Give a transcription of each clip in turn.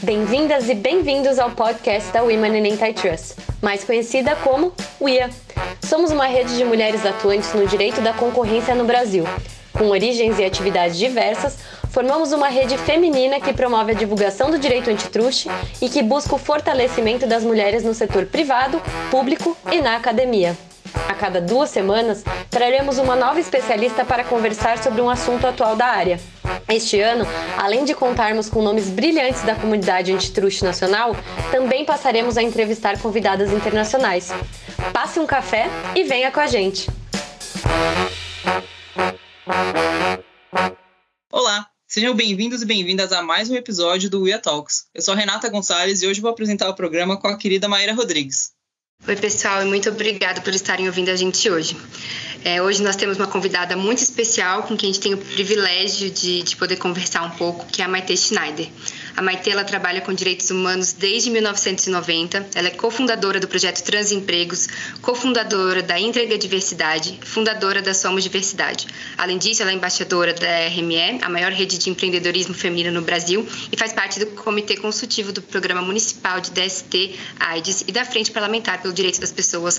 Bem-vindas e bem-vindos ao podcast da Women in Antitrust, mais conhecida como WIA. Somos uma rede de mulheres atuantes no direito da concorrência no Brasil. Com origens e atividades diversas, formamos uma rede feminina que promove a divulgação do direito antitruste e que busca o fortalecimento das mulheres no setor privado, público e na academia. A cada 2 semanas, traremos uma nova especialista para conversar sobre um assunto atual da área. Este ano, além de contarmos com nomes brilhantes da comunidade antitruste nacional, também passaremos a entrevistar convidadas internacionais. Passe um café e venha com a gente! Olá, sejam bem-vindos e bem-vindas a mais um episódio do WIA Talks. Eu sou a Renata Gonçalves e hoje vou apresentar o programa com a querida Maíra Rodrigues. Oi, pessoal, e muito obrigada por estarem ouvindo a gente hoje. Hoje nós temos uma convidada muito especial com quem a gente tem o privilégio de poder conversar um pouco, que é a Maite Schneider. A Maite, ela trabalha com direitos humanos desde 1990, ela é cofundadora do projeto Transempregos, cofundadora da Entrega Diversidade, fundadora da Somos Diversidade. Além disso, ela é embaixadora da RME, a maior rede de empreendedorismo feminino no Brasil, e faz parte do Comitê Consultivo do Programa Municipal de DST-AIDS e da Frente Parlamentar pelo Direito das Pessoas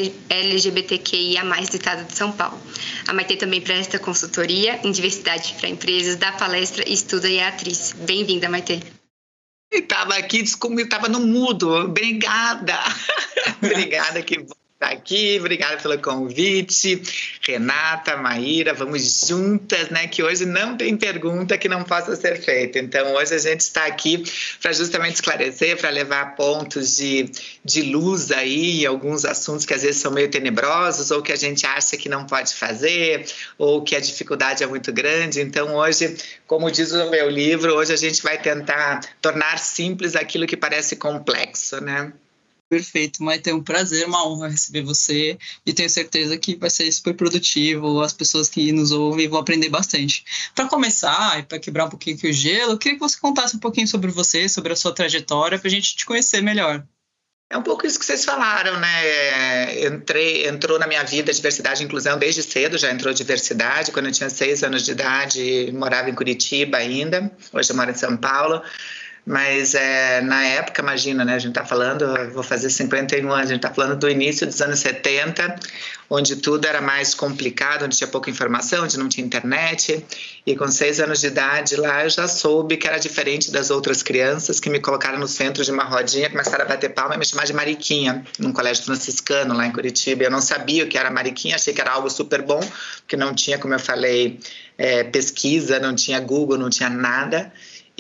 LGBTQIA+, do Estado de São Paulo. A Maite também presta consultoria em diversidade para empresas, dá palestra, estuda e é atriz. Bem-vinda, Maite. Estava aqui, desculpa, estava no mudo. Obrigada. Obrigada, que bom estar aqui. Obrigada pelo convite. Renata, Maíra, vamos juntas, né? Que hoje não tem pergunta que não possa ser feita. Então, hoje a gente está aqui para justamente esclarecer, para levar pontos de luz aí em alguns assuntos que às vezes são meio tenebrosos ou que a gente acha que não pode fazer ou que a dificuldade é muito grande. Então, hoje, como diz o meu livro, hoje a gente vai tentar tornar simples aquilo que parece complexo, né? Perfeito, Maite, é um prazer, uma honra receber você e tenho certeza que vai ser super produtivo, as pessoas que nos ouvem vão aprender bastante. Para começar e para quebrar um pouquinho aqui o gelo, eu queria que você contasse um pouquinho sobre você, sobre a sua trajetória, para a gente te conhecer melhor. É um pouco isso que vocês falaram, né? Entrou na minha vida diversidade e inclusão desde cedo, já entrou diversidade. Quando eu tinha 6 anos de idade, morava em Curitiba ainda, hoje eu moro em São Paulo. Mas na época, imagina, né? A gente está falando, eu vou fazer 51 anos, a gente está falando do início dos anos 70, onde tudo era mais complicado, onde tinha pouca informação, onde não tinha internet. E com 6 anos de idade lá, eu já soube que era diferente das outras crianças que me colocaram no centro de uma rodinha, começaram a bater palma e me chamar de Mariquinha, num colégio franciscano lá em Curitiba. Eu não sabia o que era Mariquinha, achei que era algo super bom, porque não tinha, como eu falei, pesquisa, não tinha Google, não tinha nada.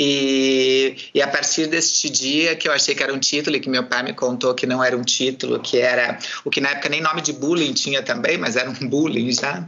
E a partir deste dia que eu achei que era um título e que meu pai me contou que não era um título, que era o que na época nem nome de bullying tinha também, mas era um bullying já,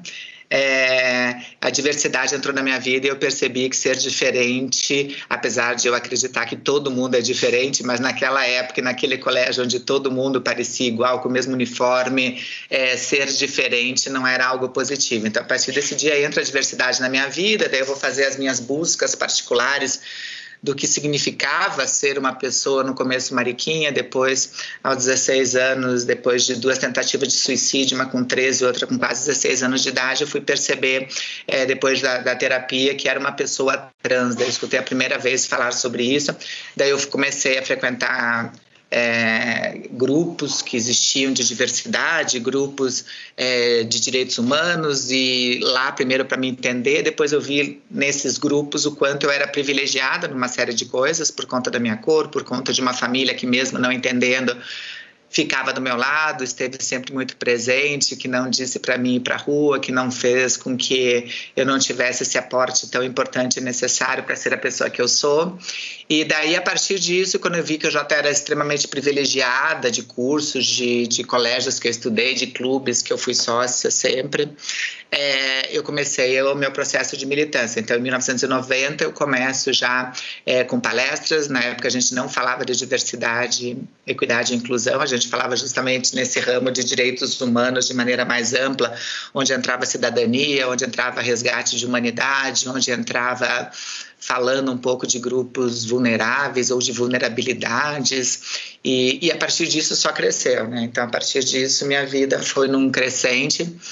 a diversidade entrou na minha vida e eu percebi que ser diferente, apesar de eu acreditar que todo mundo é diferente, mas naquela época, naquele colégio onde todo mundo parecia igual, com o mesmo uniforme, ser diferente não era algo positivo. Então, a partir desse dia entra a diversidade na minha vida, daí eu vou fazer as minhas buscas particulares do que significava ser uma pessoa, no começo mariquinha, depois aos 16 anos, depois de 2 tentativas de suicídio, uma com 13 e outra com quase 16 anos de idade, eu fui perceber, depois da terapia, que era uma pessoa trans. Daí eu escutei a primeira vez falar sobre isso, daí eu comecei a frequentar grupos que existiam de diversidade, grupos de direitos humanos, e lá primeiro para me entender, depois eu vi nesses grupos o quanto eu era privilegiada numa série de coisas por conta da minha cor, por conta de uma família que mesmo não entendendo ficava do meu lado, esteve sempre muito presente, que não disse para mim ir para a rua, que não fez com que eu não tivesse esse aporte tão importante e necessário para ser a pessoa que eu sou. E daí, a partir disso, quando eu vi que eu já era extremamente privilegiada de cursos, de colégios que eu estudei, de clubes que eu fui sócia sempre, eu comecei o meu processo de militância. Então, em 1990, eu começo já com palestras. Na época, a gente não falava de diversidade, equidade e inclusão, a gente falava justamente nesse ramo de direitos humanos de maneira mais ampla, onde entrava cidadania, onde entrava resgate de humanidade, onde entrava falando um pouco de grupos vulneráveis ou de vulnerabilidades, e a partir disso só cresceu, né? Então, a partir disso, minha vida foi num crescente,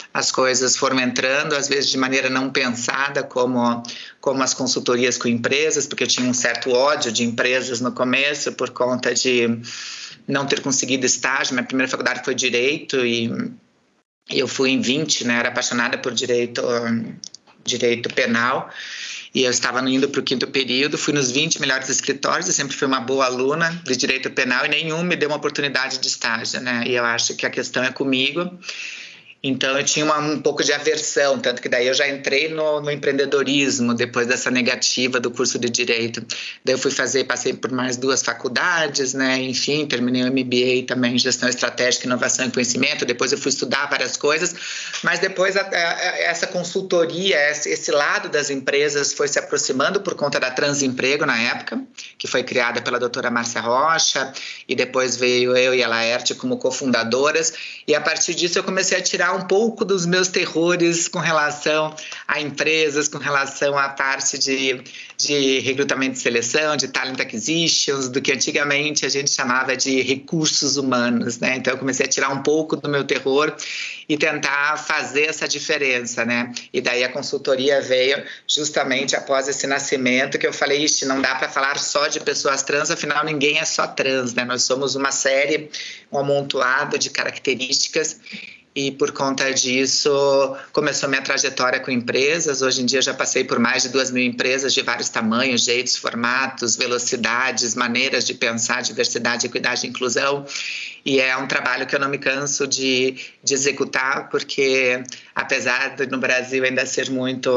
as coisas foram entrando, às vezes de maneira não pensada, como as consultorias com empresas, porque eu tinha um certo ódio de empresas no começo por conta de não ter conseguido estágio. Minha primeira faculdade foi Direito e eu fui em 20, né? Era apaixonada por direito penal. E eu estava indo para o 5º período, fui nos 20 melhores escritórios, eu sempre fui uma boa aluna de direito penal e nenhum me deu uma oportunidade de estágio, né? E eu acho que a questão é comigo. Então eu tinha um pouco de aversão, tanto que daí eu já entrei no empreendedorismo depois dessa negativa do curso de Direito. Daí eu passei por mais 2 faculdades, né? Enfim, terminei o MBA também em Gestão Estratégica, Inovação e Conhecimento. Depois eu fui estudar várias coisas, mas depois essa consultoria, esse lado das empresas foi se aproximando por conta da Transemprego na época, que foi criada pela doutora Márcia Rocha, e depois veio eu e a Laerte como cofundadoras, e a partir disso eu comecei a tirar um pouco dos meus terrores com relação a empresas, com relação à parte de recrutamento e seleção, de talent acquisitions, do que antigamente a gente chamava de recursos humanos, né? Então eu comecei a tirar um pouco do meu terror e tentar fazer essa diferença, né? E daí a consultoria veio justamente após esse nascimento, que eu falei, não dá para falar só de pessoas trans, afinal ninguém é só trans, né? Nós somos uma série, um amontoado de características. E por conta disso, começou minha trajetória com empresas. Hoje em dia, eu já passei por mais de 2.000 empresas de vários tamanhos, jeitos, formatos, velocidades, maneiras de pensar diversidade, equidade e inclusão. E é um trabalho que eu não me canso de executar, porque apesar de no Brasil ainda ser muito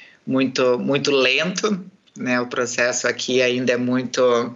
lento, né, o processo aqui ainda é muito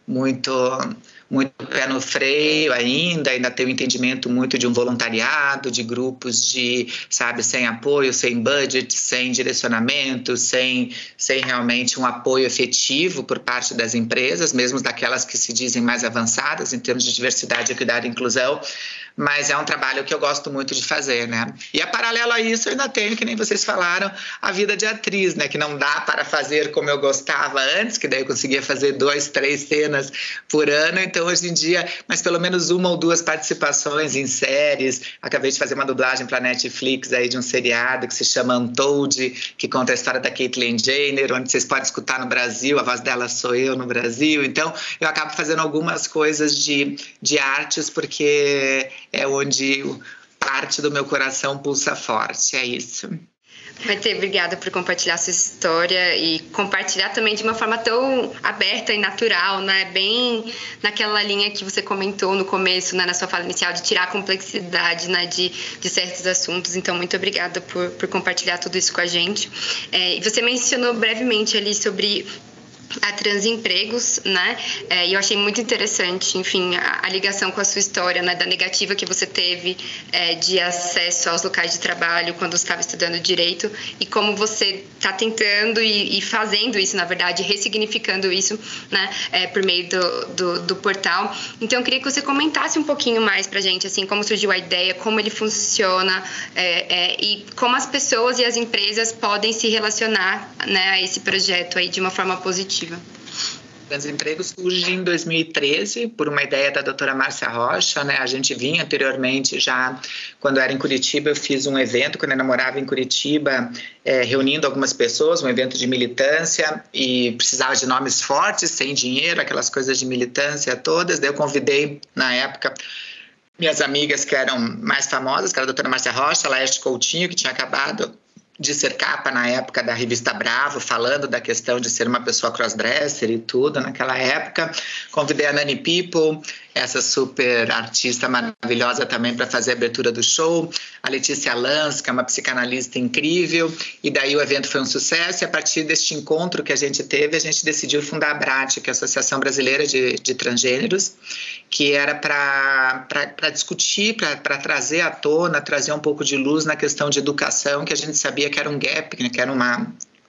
pé no freio ainda tem um entendimento muito de um voluntariado, de grupos sem apoio, sem budget, sem direcionamento, sem realmente um apoio efetivo por parte das empresas, mesmo daquelas que se dizem mais avançadas em termos de diversidade, equidade e inclusão. Mas é um trabalho que eu gosto muito de fazer, né? E a paralelo a isso, eu ainda tenho, que nem vocês falaram, a vida de atriz, né? Que não dá para fazer como eu gostava antes, que daí eu conseguia fazer 2, 3 cenas por ano. Então, hoje em dia, mas pelo menos 1 ou 2 participações em séries. Acabei de fazer uma dublagem para Netflix aí de um seriado que se chama Untold, que conta a história da Caitlyn Jenner, onde vocês podem escutar no Brasil, a voz dela sou eu no Brasil. Então, eu acabo fazendo algumas coisas de artes, porque é onde parte do meu coração pulsa forte, é isso. Maite, obrigada por compartilhar sua história e compartilhar também de uma forma tão aberta e natural, né? Bem naquela linha que você comentou no começo, né? Na sua fala inicial, de tirar a complexidade, né? de certos assuntos. Então, muito obrigada por compartilhar tudo isso com a gente. E você mencionou brevemente ali sobre a Transempregos, né? E eu achei muito interessante, enfim, a ligação com a sua história, né? Da negativa que você teve de acesso aos locais de trabalho quando você estava estudando Direito e como você está tentando e fazendo isso, na verdade, ressignificando isso, né? Por meio do portal. Então, eu queria que você comentasse um pouquinho mais pra gente, assim, como surgiu a ideia, como ele funciona e como as pessoas e as empresas podem se relacionar, né, a esse projeto aí de uma forma positiva. Transemprego surge em 2013 por uma ideia da doutora Márcia Rocha, né? A gente vinha anteriormente já, quando eu era em Curitiba, eu fiz um evento, quando eu morava em Curitiba, reunindo algumas pessoas, um evento de militância, e precisava de nomes fortes, sem dinheiro, aquelas coisas de militância todas. Daí eu convidei, na época, minhas amigas que eram mais famosas, que era a doutora Márcia Rocha, a Laerte Coutinho, que tinha acabado de ser capa na época da revista Bravo, falando da questão de ser uma pessoa crossdresser e tudo naquela época. Convidei a Nani People, essa super artista maravilhosa também, para fazer a abertura do show, a Letícia Lanz, que é uma psicanalista incrível, e daí o evento foi um sucesso, e a partir deste encontro que a gente teve, a gente decidiu fundar a BRAT, que é a Associação Brasileira de Transgêneros, que era para discutir, para trazer à tona, trazer um pouco de luz na questão de educação, que a gente sabia que era um gap, que era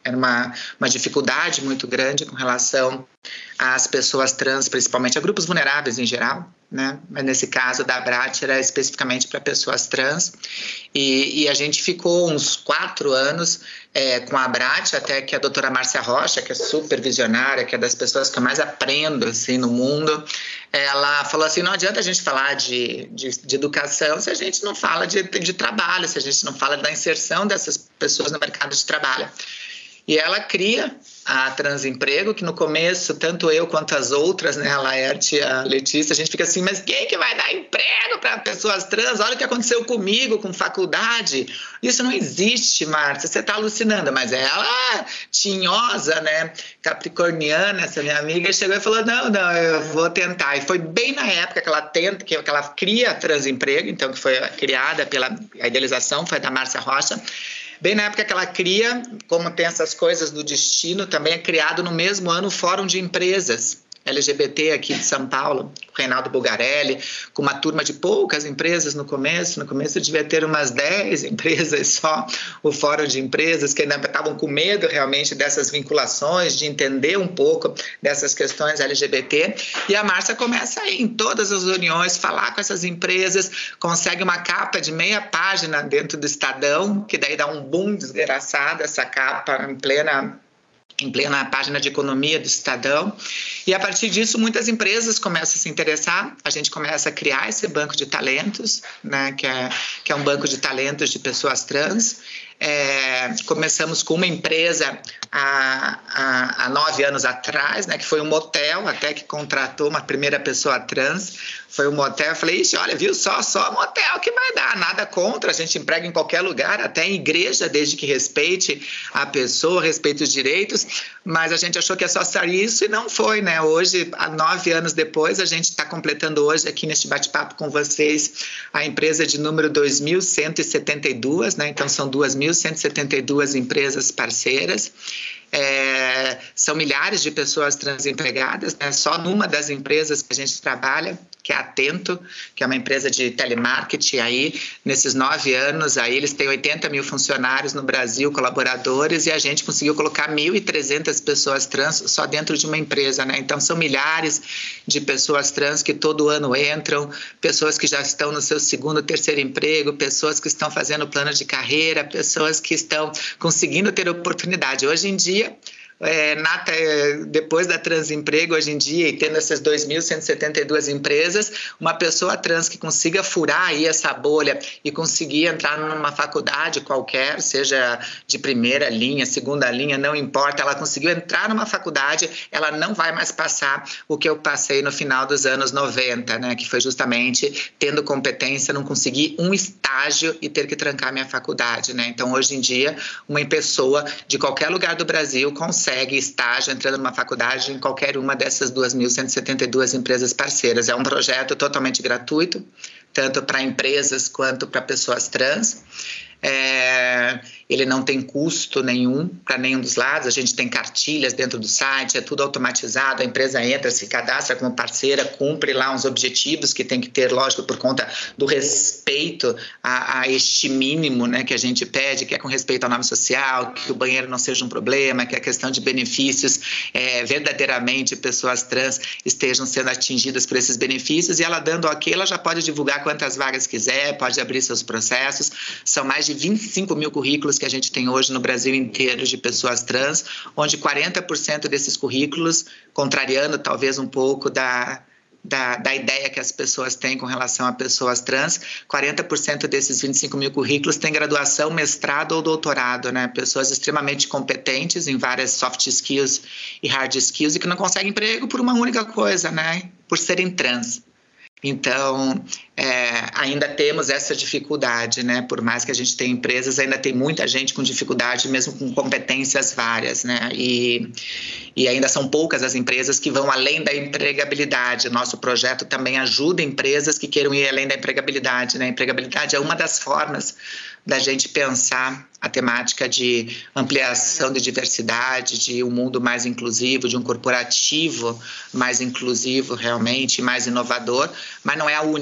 era uma dificuldade muito grande com relação às pessoas trans, principalmente a grupos vulneráveis em geral, né? Mas nesse caso da Abrat era especificamente para pessoas trans, e a gente ficou uns 4 anos com a Abrat, até que a doutora Márcia Rocha, que é super visionária, que é das pessoas que eu mais aprendo assim, no mundo, ela falou assim, não adianta a gente falar de educação se a gente não fala de trabalho, se a gente não fala da inserção dessas pessoas no mercado de trabalho. E ela cria a Transemprego, que no começo, tanto eu quanto as outras, né, a Laerte e a Letícia, a gente fica assim, mas quem que vai dar emprego para pessoas trans? Olha o que aconteceu comigo, com faculdade. Isso não existe, Márcia, você está alucinando. Mas ela, tinhosa, né, capricorniana, essa minha amiga, chegou e falou, não, eu vou tentar. E foi bem na época que ela cria a Transemprego, então que foi criada a idealização foi da Márcia Rocha. Bem na época que ela cria, como tem essas coisas do destino, também é criado no mesmo ano o Fórum de Empresas LGBT aqui de São Paulo, com o Reinaldo Bulgarelli, com uma turma de poucas empresas no começo. No começo devia ter umas 10 empresas só, o Fórum de Empresas, que ainda estavam com medo realmente dessas vinculações, de entender um pouco dessas questões LGBT. E a Márcia começa aí, em todas as reuniões, falar com essas empresas, consegue uma capa de meia página dentro do Estadão, que daí dá um boom desgraçado, essa capa em plena página de economia do Estadão. E a partir disso, muitas empresas começam a se interessar. A gente começa a criar esse banco de talentos, né, que é um banco de talentos de pessoas trans. Começamos com uma empresa há 9 anos atrás, né, que foi um motel, até que contratou uma primeira pessoa trans. Foi um motel, eu falei, ixi, olha, viu, só motel que vai dar, nada contra, a gente emprega em qualquer lugar, até em igreja, desde que respeite a pessoa, respeite os direitos, mas a gente achou que é só sair isso e não foi, né? Hoje, há 9 anos depois, a gente está completando hoje aqui neste bate-papo com vocês a empresa de número 2.172, né? Então são 2.172 empresas parceiras. São milhares de pessoas transempregadas, né? Só numa das empresas que a gente trabalha, que é a Atento, que é uma empresa de telemarketing aí, nesses 9 anos aí eles têm 80 mil funcionários no Brasil, colaboradores, e a gente conseguiu colocar 1.300 pessoas trans só dentro de uma empresa, né? Então são milhares de pessoas trans que todo ano entram, pessoas que já estão no seu 2º, 3º emprego, pessoas que estão fazendo plano de carreira, pessoas que estão conseguindo ter oportunidade. Hoje em dia, depois da Transemprego, hoje em dia, e tendo essas 2.172 empresas, uma pessoa trans que consiga furar aí essa bolha e conseguir entrar numa faculdade qualquer, seja de primeira linha, segunda linha, não importa, ela conseguiu entrar numa faculdade, ela não vai mais passar o que eu passei no final dos anos 90, né, que foi justamente tendo competência, não conseguir um estágio e ter que trancar minha faculdade, né? Então, hoje em dia, uma pessoa de qualquer lugar do Brasil consegue estágio entrando numa faculdade em qualquer uma dessas 2.172 empresas parceiras. É um projeto totalmente gratuito, tanto para empresas quanto para pessoas trans. Ele não tem custo nenhum para nenhum dos lados, a gente tem cartilhas dentro do site, é tudo automatizado, a empresa entra, se cadastra como parceira, cumpre lá uns objetivos que tem que ter, lógico, por conta do respeito a este mínimo, né, que a gente pede, que é com respeito ao nome social, que o banheiro não seja um problema, que a questão de benefícios, verdadeiramente pessoas trans estejam sendo atingidas por esses benefícios, e ela dando ok, ela já pode divulgar quantas vagas quiser, pode abrir seus processos. São mais de 25 mil currículos que a gente tem hoje no Brasil inteiro de pessoas trans, onde 40% desses currículos, contrariando talvez um pouco da ideia que as pessoas têm com relação a pessoas trans, 40% desses 25 mil currículos têm graduação, mestrado ou doutorado, né? Pessoas extremamente competentes em várias soft skills e hard skills e que não conseguem emprego por uma única coisa, né? Por serem trans. Então, ainda temos essa dificuldade, né? Por mais que a gente tenha empresas, ainda tem muita gente com dificuldade, mesmo com competências várias, né? E ainda são poucas as empresas que vão além da empregabilidade. Nosso projeto também ajuda empresas que queiram ir além da empregabilidade, né? A empregabilidade é uma das formas da gente pensar a temática de ampliação de diversidade, de um mundo mais inclusivo, de um corporativo mais inclusivo realmente, mais inovador, mas não é a única, né?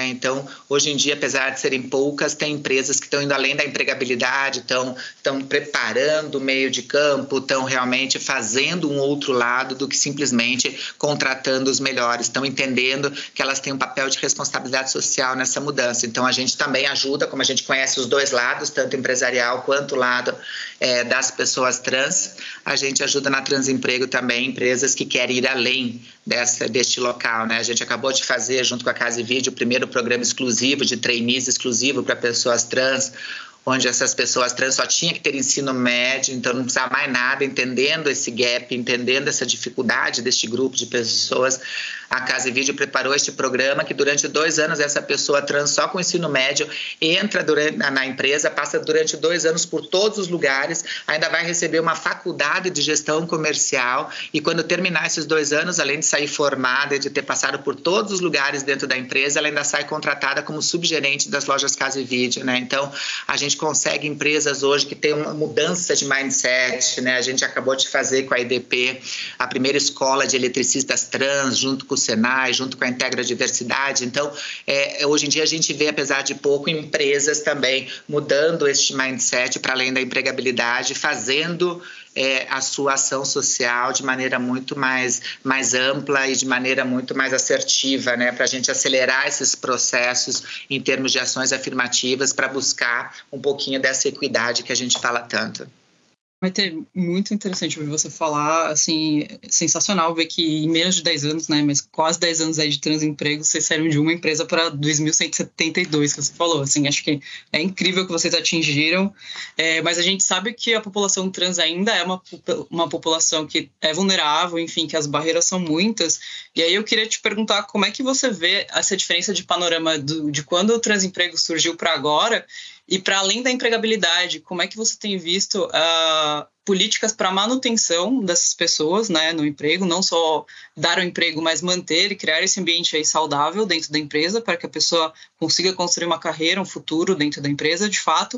né? Então, hoje em dia, apesar de serem poucas, tem empresas que estão indo além da empregabilidade, estão preparando o meio de campo, estão realmente fazendo um outro lado do que simplesmente contratando os melhores, estão entendendo que elas têm um papel de responsabilidade social nessa mudança. Então, a gente também ajuda, como a gente conhece os dois lados, tanto empresarial quanto o lado das pessoas trans, a gente ajuda na Transemprego também empresas que querem ir além deste local, né? A gente acabou de fazer, junto com a Casa e Vídeo, o primeiro programa exclusivo de trainees exclusivo para pessoas trans, onde essas pessoas trans só tinham que ter ensino médio, então não precisava mais nada, entendendo esse gap, entendendo essa dificuldade deste grupo de pessoas. A Casa e Vídeo preparou este programa que durante 2 anos essa pessoa trans só com ensino médio entra na empresa, passa durante 2 anos por todos os lugares, ainda vai receber uma faculdade de gestão comercial e quando terminar esses 2 anos, além de sair formada e de ter passado por todos os lugares dentro da empresa, ela ainda sai contratada como subgerente das lojas Casa e Vídeo, né? Então, a gente consegue empresas hoje que têm uma mudança de mindset, né? A gente acabou de fazer com a IDP a primeira escola de eletricistas trans, junto com o Senai, junto com a Integra Diversidade. Então, hoje em dia a gente vê, apesar de pouco, empresas também mudando este mindset para além da empregabilidade, fazendo a sua ação social de maneira muito mais ampla e de maneira muito mais assertiva, né, para a gente acelerar esses processos em termos de ações afirmativas para buscar um pouquinho dessa equidade que a gente fala tanto. Vai ter muito interessante ouvir você falar, assim, sensacional ver que em menos de 10 anos, né, mas quase 10 anos aí de Transemprego, vocês saíram de uma empresa para 2.172, que você falou, assim, acho que é incrível que vocês atingiram, mas a gente sabe que a população trans ainda é uma população que é vulnerável, enfim, que as barreiras são muitas, e aí eu queria te perguntar como é que você vê essa diferença de panorama de quando o Transemprego surgiu para agora, e para além da empregabilidade, como é que você tem visto políticas para manutenção dessas pessoas, né, no emprego, não só dar o emprego, mas manter e criar esse ambiente aí saudável dentro da empresa para que a pessoa consiga construir uma carreira, um futuro dentro da empresa, de fato.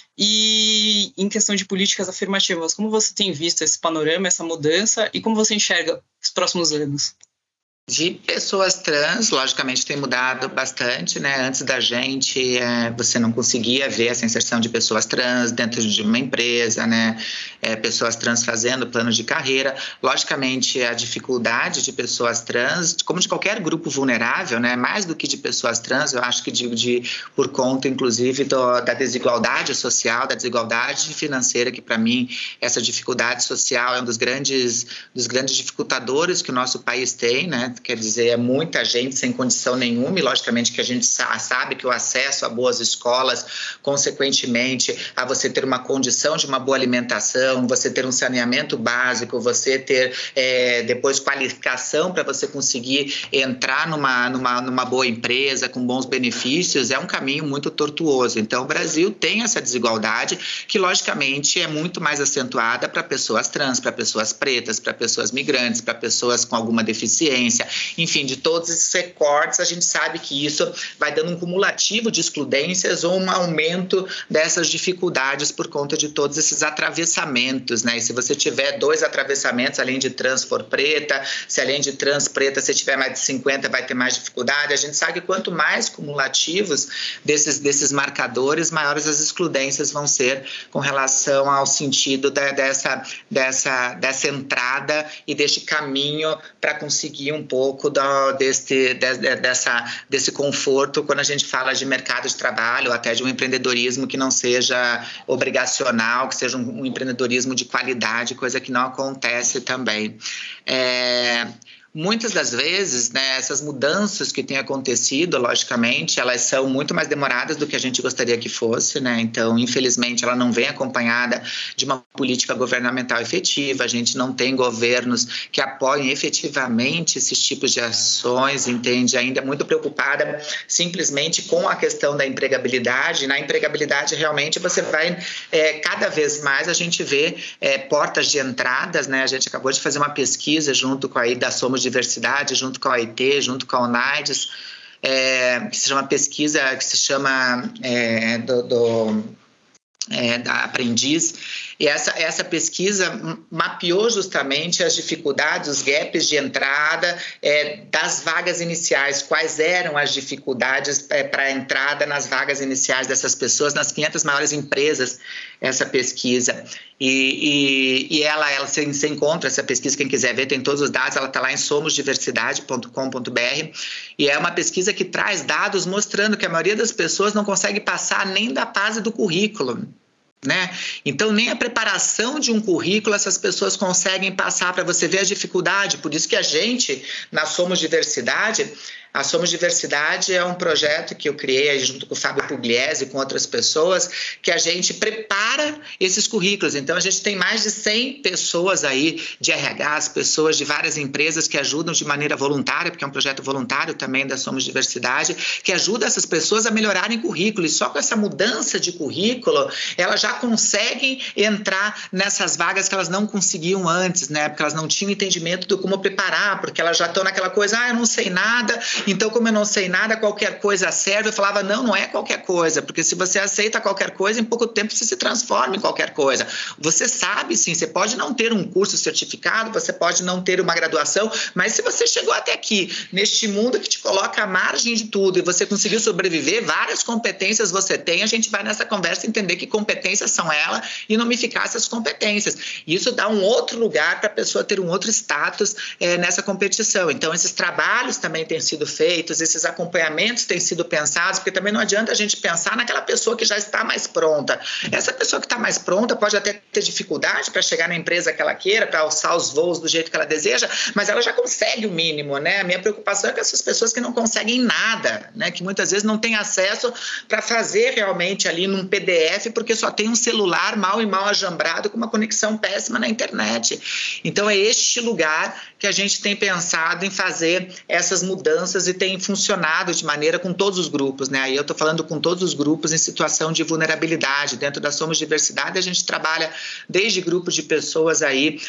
E em questão de políticas afirmativas, como você tem visto esse panorama, essa mudança e como você enxerga os próximos anos? De pessoas trans, logicamente, tem mudado bastante, né? Antes da gente, você não conseguia ver essa inserção de pessoas trans dentro de uma empresa, né? Pessoas trans fazendo planos de carreira. Logicamente, a dificuldade de pessoas trans, como de qualquer grupo vulnerável, né? Mais do que de pessoas trans, eu acho que por conta, inclusive, da desigualdade social, da desigualdade financeira, que para mim, essa dificuldade social é um dos grandes dificultadores que o nosso país tem, né? Quer dizer, é muita gente sem condição nenhuma e, logicamente, que a gente sabe que o acesso a boas escolas, consequentemente, a você ter uma condição de uma boa alimentação, você ter um saneamento básico, você ter, depois, qualificação para você conseguir entrar numa boa empresa com bons benefícios, é um caminho muito tortuoso. Então, o Brasil tem essa desigualdade que, logicamente, é muito mais acentuada para pessoas trans, para pessoas pretas, para pessoas migrantes, para pessoas com alguma deficiência. Enfim, de todos esses recortes, a gente sabe que isso vai dando um cumulativo de excludências ou um aumento dessas dificuldades por conta de todos esses atravessamentos, né? E se você tiver 2 atravessamentos, além de trans for preta, se além de trans preta você tiver mais de 50, vai ter mais dificuldade. A gente sabe que quanto mais cumulativos desses marcadores, maiores as excludências vão ser com relação ao sentido dessa entrada e deste caminho para conseguir um pouco desse conforto quando a gente fala de mercado de trabalho ou até de um empreendedorismo que não seja obrigacional, que seja um empreendedorismo de qualidade, coisa que não acontece também. Muitas das vezes, né, essas mudanças que têm acontecido, logicamente, elas são muito mais demoradas do que a gente gostaria que fosse, né? Então, infelizmente, ela não vem acompanhada de uma política governamental efetiva. A gente não tem governos que apoiem efetivamente esses tipos de ações, entende? Ainda é muito preocupada simplesmente com a questão da empregabilidade. Na empregabilidade, realmente, você vai, cada vez mais a gente vê portas de entradas, né? A gente acabou de fazer uma pesquisa junto com a da Somos Diversidade, junto com a OIT, junto com a UNAIDS, que se chama pesquisa, que se chama da Aprendiz, E essa pesquisa mapeou justamente as dificuldades, os gaps de entrada das vagas iniciais, quais eram as dificuldades para a entrada nas vagas iniciais dessas pessoas, nas 500 maiores empresas, essa pesquisa. E você encontra essa pesquisa, quem quiser ver, tem todos os dados, ela está lá em somosdiversidade.com.br, e é uma pesquisa que traz dados mostrando que a maioria das pessoas não consegue passar nem da fase do currículo, né? Então, nem a preparação de um currículo essas pessoas conseguem passar, para você ver a dificuldade. Por isso que a gente, na Somos Diversidade, a Somos Diversidade é um projeto que eu criei junto com o Fábio Pugliese e com outras pessoas, que a gente prepara esses currículos. Então, a gente tem mais de 100 pessoas aí de RH, as pessoas de várias empresas que ajudam de maneira voluntária, porque é um projeto voluntário também da Somos Diversidade, que ajuda essas pessoas a melhorarem currículo. E só com essa mudança de currículo, elas já conseguem entrar nessas vagas que elas não conseguiam antes, né? Porque elas não tinham entendimento de como preparar, porque elas já estão naquela coisa, eu não sei nada. Então, como eu não sei nada, qualquer coisa serve. Eu falava, não é qualquer coisa, porque se você aceita qualquer coisa, em pouco tempo você se transforma em qualquer coisa. Você sabe, sim, você pode não ter um curso certificado, você pode não ter uma graduação, mas se você chegou até aqui, neste mundo que te coloca à margem de tudo, e você conseguiu sobreviver, várias competências você tem, a gente vai nessa conversa entender que competências são elas e nomificar essas competências. E isso dá um outro lugar para a pessoa ter um outro status nessa competição. Então, esses trabalhos também têm sido feitos, esses acompanhamentos têm sido pensados, porque também não adianta a gente pensar naquela pessoa que já está mais pronta. Essa pessoa que está mais pronta pode até ter dificuldade para chegar na empresa que ela queira, para alçar os voos do jeito que ela deseja, mas ela já consegue o mínimo, né? A minha preocupação é com essas pessoas que não conseguem nada, né? Que muitas vezes não têm acesso para fazer realmente ali num PDF, porque só tem um celular mal ajambrado com uma conexão péssima na internet. Então, é este lugar que a gente tem pensado em fazer essas mudanças e tem funcionado de maneira com todos os grupos, né? Aí eu estou falando com todos os grupos em situação de vulnerabilidade. Dentro da Somos Diversidade, a gente trabalha desde grupos de pessoas aí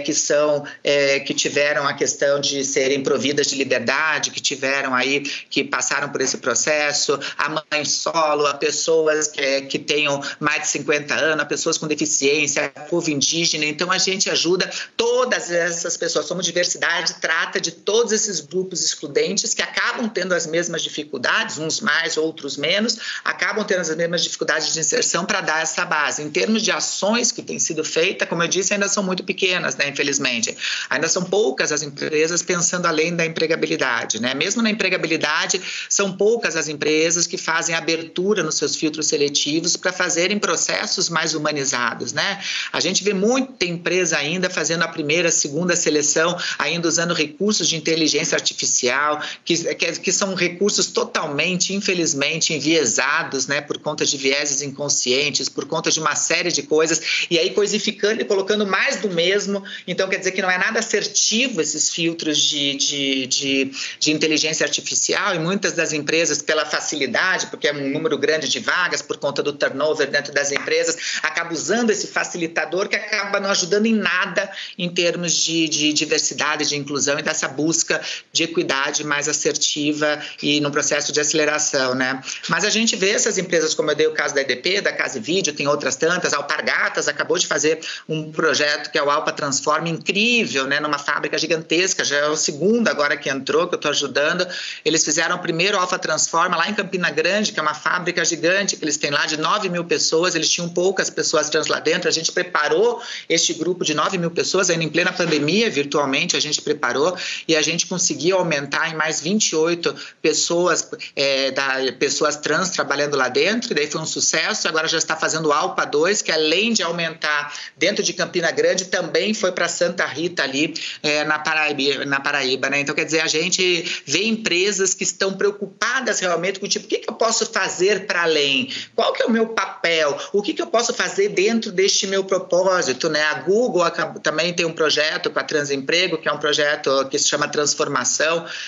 que tiveram a questão de serem providas de liberdade, que passaram por esse processo, a mãe solo, a pessoas que tenham mais de 50 anos, a pessoas com deficiência, a povo indígena. Então, a gente ajuda todas essas pessoas. Somos Diversidade trata de todos esses grupos excludentes que acabam tendo as mesmas dificuldades, uns mais, outros menos, acabam tendo as mesmas dificuldades de inserção para dar essa base. Em termos de ações que têm sido feitas, como eu disse, ainda são muito pequenas, né, infelizmente. Ainda são poucas as empresas pensando além da empregabilidade, né? Mesmo na empregabilidade, são poucas as empresas que fazem abertura nos seus filtros seletivos para fazerem processos mais humanizados, né? A gente vê muita empresa ainda fazendo a primeira, segunda seleção, ainda usando recursos de inteligência artificial, que são recursos totalmente, infelizmente, enviesados, né, por conta de vieses inconscientes, por conta de uma série de coisas, e aí coisificando e colocando mais do mesmo. Então, quer dizer que não é nada assertivo esses filtros de inteligência artificial, e muitas das empresas, pela facilidade, porque é um número grande de vagas, por conta do turnover dentro das empresas, acaba usando esse facilitador que acaba não ajudando em nada em termos de diversidade, de inclusão e dessa busca de equidade mais assertiva e no processo de aceleração, né? Mas a gente vê essas empresas, como eu dei o caso da EDP, da Casa e Vídeo, tem outras tantas, a Alpargatas acabou de fazer um projeto que é o Alpa Transforma, incrível, né? Numa fábrica gigantesca, já é o segundo agora que entrou, que eu estou ajudando. Eles fizeram o primeiro Alpa Transforma lá em Campina Grande, que é uma fábrica gigante, que eles têm lá de 9 mil pessoas, eles tinham poucas pessoas trans lá dentro, a gente preparou este grupo de 9 mil pessoas, ainda em plena pandemia, virtualmente, a gente preparou e a gente conseguiu aumentar em mais 28 pessoas, pessoas trans trabalhando lá dentro, e daí foi um sucesso. Agora já está fazendo o Alpa 2, que além de aumentar dentro de Campina Grande, também foi para Santa Rita ali na Paraíba, né? Então, quer dizer, a gente vê empresas que estão preocupadas realmente com o tipo, o que eu posso fazer para além? Qual que é o meu papel? O que eu posso fazer dentro deste meu propósito, né? A Google também tem um projeto com a Transemprego, que é um projeto que se chama Transformação, que está lá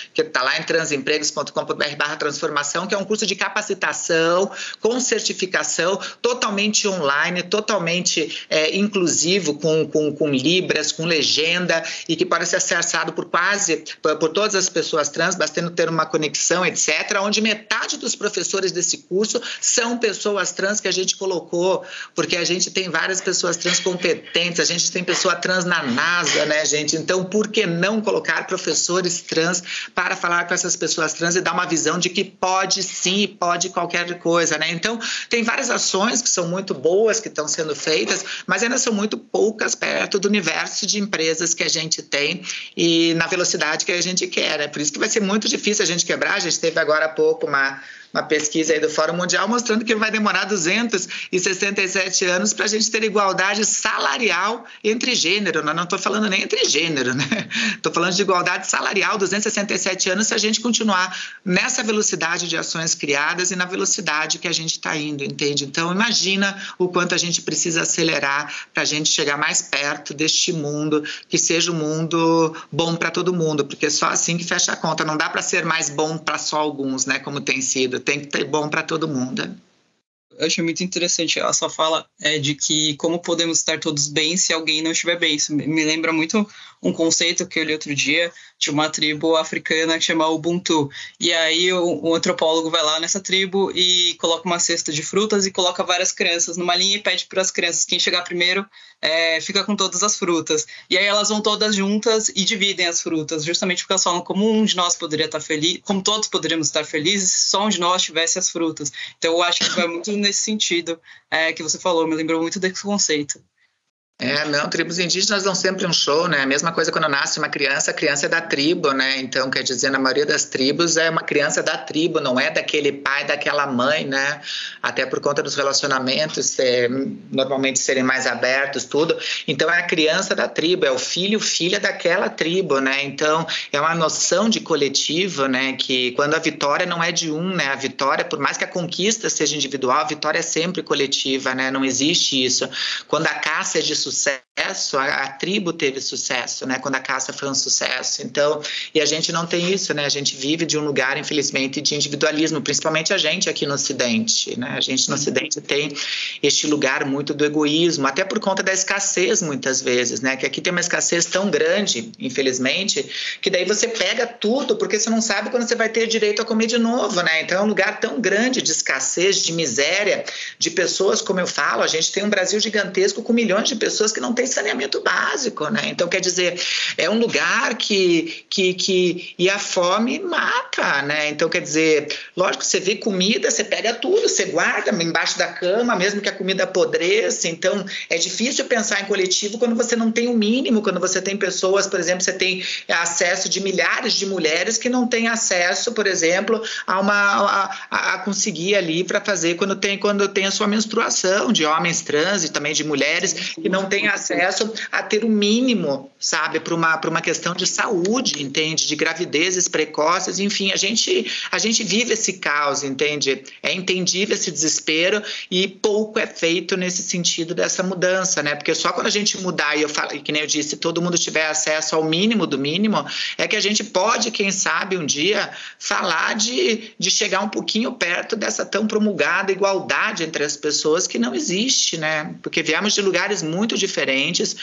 lá em transempregos.com.br/transformação, que é um curso de capacitação com certificação, totalmente online, totalmente inclusivo, com libras, com legenda, e que pode ser acessado por todas as pessoas trans, bastando ter uma conexão, etc., onde metade dos professores desse curso são pessoas trans que a gente colocou, porque a gente tem várias pessoas trans competentes, a gente tem pessoa trans na NASA, né, gente? Então, por que não colocar professores trans para falar com essas pessoas trans e dar uma visão de que pode sim, pode qualquer coisa, né? Então, tem várias ações que são muito boas, que estão sendo feitas, mas ainda são muito poucas perto do universo de empresas que a gente tem e na velocidade que a gente quer, né? Por isso que vai ser muito difícil a gente quebrar. A gente teve agora há pouco uma pesquisa aí do Fórum Mundial mostrando que vai demorar 267 anos para a gente ter igualdade salarial entre gênero. Não estou falando nem entre gênero, né? Estou falando de igualdade salarial, 267 anos, se a gente continuar nessa velocidade de ações criadas e na velocidade que a gente está indo, entende? Então, imagina o quanto a gente precisa acelerar para a gente chegar mais perto deste mundo, que seja um mundo bom para todo mundo, porque só assim que fecha a conta. Não dá para ser mais bom para só alguns, né? Como tem sido. Tem que ter bom para todo mundo. Eu acho muito interessante a sua fala de que como podemos estar todos bem se alguém não estiver bem. Isso me lembra muito um conceito que eu li outro dia de uma tribo africana que chama Ubuntu. E aí o antropólogo vai lá nessa tribo e coloca uma cesta de frutas e coloca várias crianças numa linha e pede para as crianças, quem chegar primeiro fica com todas as frutas. E aí elas vão todas juntas e dividem as frutas, justamente porque elas falam como um de nós poderia estar feliz, como todos poderíamos estar felizes se só um de nós tivesse as frutas. Então eu acho que vai muito nesse sentido que você falou, me lembrou muito desse conceito. Não, tribos indígenas dão sempre um show, né? A mesma coisa quando nasce uma criança, a criança é da tribo, né? Então, quer dizer, na maioria das tribos é uma criança da tribo, não é daquele pai, daquela mãe, né? Até por conta dos relacionamentos normalmente serem mais abertos, tudo. Então, é a criança da tribo, é o filho, filha daquela tribo, né? Então, é uma noção de coletivo, né? Que quando a vitória não é de um, né? A vitória, por mais que a conquista seja individual, a vitória é sempre coletiva, né? Não existe isso. Quando a caça é de sucesso, a tribo teve sucesso, né? Quando a caça foi um sucesso. Então, e a gente não tem isso, né? A gente vive de um lugar, infelizmente, de individualismo, principalmente a gente aqui no Ocidente, né? A gente no Ocidente tem este lugar muito do egoísmo, até por conta da escassez, muitas vezes, né? Que aqui tem uma escassez tão grande, infelizmente, que daí você pega tudo, porque você não sabe quando você vai ter direito a comer de novo, né? Então, é um lugar tão grande de escassez, de miséria, de pessoas, como eu falo, a gente tem um Brasil gigantesco com milhões de pessoas que não têm saneamento básico, né? Então, quer dizer, é um lugar que e a fome mata, né? Então, quer dizer, lógico, você vê comida, você pega tudo, você guarda embaixo da cama, mesmo que a comida apodreça. Então, é difícil pensar em coletivo quando você não tem o mínimo, quando você tem pessoas, por exemplo, você tem acesso de milhares de mulheres que não têm acesso, por exemplo, a conseguir ali para fazer quando tem a sua menstruação, de homens trans e também de mulheres que não tem acesso a ter o mínimo, sabe, para uma questão de saúde, entende? De gravidezes precoces, enfim, a gente vive esse caos, entende? É entendível esse desespero e pouco é feito nesse sentido dessa mudança, né? Porque só quando a gente mudar, e que nem eu disse, todo mundo tiver acesso ao mínimo do mínimo, é que a gente pode, quem sabe, um dia falar de chegar um pouquinho perto dessa tão promulgada igualdade entre as pessoas que não existe, né? Porque viemos de lugares muito diferentes,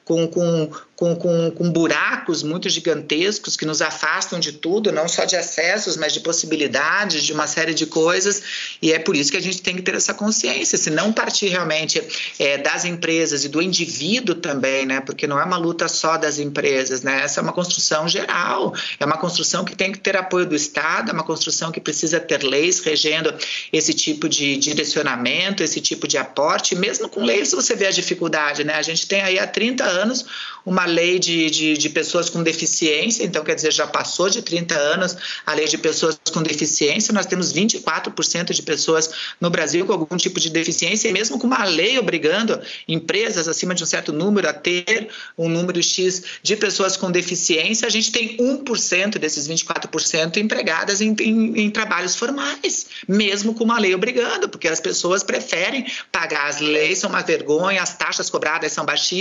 com buracos muito gigantescos que nos afastam de tudo, não só de acessos, mas de possibilidades, de uma série de coisas, e é por isso que a gente tem que ter essa consciência, se não partir realmente das empresas e do indivíduo também, né? Porque não é uma luta só das empresas, né? Essa é uma construção geral, é uma construção que tem que ter apoio do Estado, é uma construção que precisa ter leis regendo esse tipo de direcionamento, esse tipo de aporte, mesmo com leis você vê a dificuldade, né? A gente tem aí há 30 anos uma lei de pessoas com deficiência, então quer dizer, já passou de 30 anos a lei de pessoas com deficiência, nós temos 24% de pessoas no Brasil com algum tipo de deficiência, e mesmo com uma lei obrigando empresas acima de um certo número a ter um número X de pessoas com deficiência, a gente tem 1% desses 24% empregadas em trabalhos formais, mesmo com uma lei obrigando, porque as pessoas preferem pagar as leis, são uma vergonha, as taxas cobradas são baixíssimas,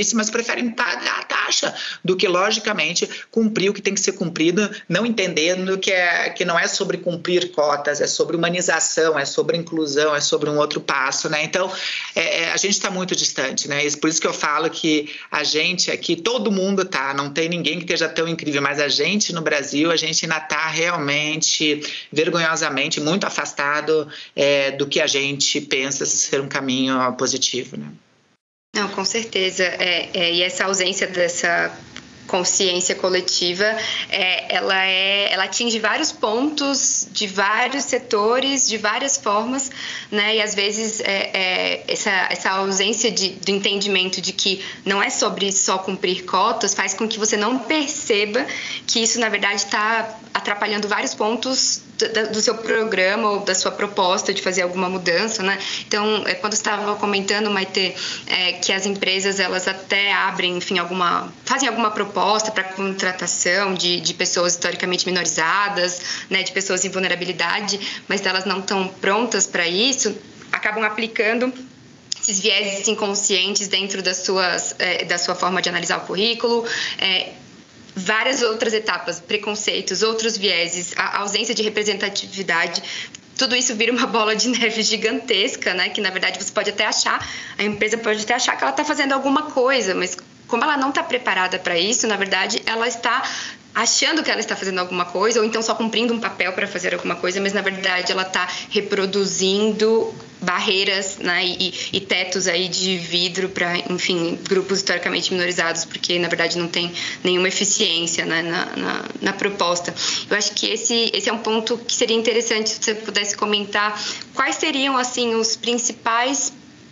caríssimas, preferem pagar a taxa do que, logicamente, cumprir o que tem que ser cumprido, não entendendo que não é sobre cumprir cotas, é sobre humanização, é sobre inclusão, é sobre um outro passo, né? Então, a gente está muito distante, né? Por isso que eu falo que a gente aqui, todo mundo tá, não tem ninguém que esteja tão incrível, mas a gente no Brasil, a gente ainda está realmente, vergonhosamente, muito afastado do que a gente pensa ser um caminho positivo, né? Não, com certeza. E essa ausência dessa consciência coletiva, ela atinge vários pontos de vários setores, de várias formas, né? E às vezes essa ausência do entendimento de que não é sobre só cumprir cotas faz com que você não perceba que isso, na verdade, está atrapalhando vários pontos do seu programa ou da sua proposta de fazer alguma mudança, né? Então, quando você estava comentando, Maite, que as empresas, elas até abrem, enfim, fazem alguma proposta para contratação de pessoas historicamente minorizadas, né, de pessoas em vulnerabilidade, mas elas não estão prontas para isso, acabam aplicando esses vieses inconscientes dentro da sua forma de analisar o currículo, várias outras etapas, preconceitos, outros vieses, a ausência de representatividade. Tudo isso vira uma bola de neve gigantesca, né? Que, na verdade, você pode até achar, a empresa pode até achar que ela está fazendo alguma coisa, mas como ela não está preparada para isso, na verdade, ela está achando que ela está fazendo alguma coisa, ou então só cumprindo um papel para fazer alguma coisa, mas, na verdade, ela está reproduzindo barreiras, né, e tetos aí de vidro para, enfim, grupos historicamente minorizados, porque, na verdade, não tem nenhuma eficiência, né, na proposta. Eu acho que esse é um ponto que seria interessante se você pudesse comentar quais seriam, assim, os principais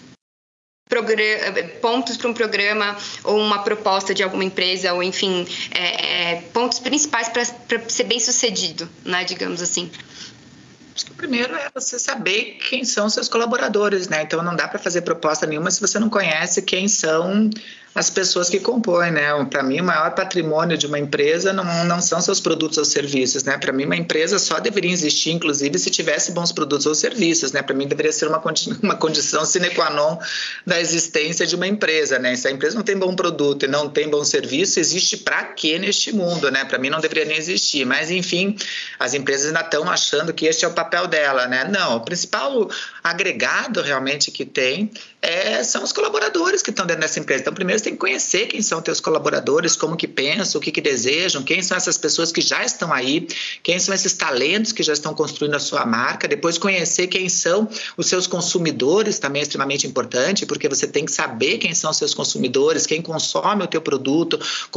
pontos para um programa ou uma proposta de alguma empresa, ou, enfim, pontos principais para ser bem sucedido, né, digamos assim. Acho que o primeiro é você saber quem são seus colaboradores, né? Então não dá para fazer proposta nenhuma se você não conhece quem são as pessoas que compõem, né? Para mim, o maior patrimônio de uma empresa não são seus produtos ou serviços, né? Para mim, uma empresa só deveria existir, inclusive, se tivesse bons produtos ou serviços, né? Para mim, deveria ser uma condição sine qua non da existência de uma empresa, né? Se a empresa não tem bom produto e não tem bom serviço, existe para quê neste mundo, né? Para mim, não deveria nem existir. Mas, enfim, as empresas ainda estão achando que este é o papel dela, né? Não, o principal agregado realmente que tem são os colaboradores que estão dentro dessa empresa. Então, primeiro você tem que conhecer quem são teus colaboradores, como que pensam, o que desejam, quem são essas pessoas que já estão aí, quem são esses talentos que já estão construindo a sua marca. Depois conhecer quem são os seus consumidores, também é extremamente importante, porque você tem que saber quem são os seus consumidores, quem consome o teu produto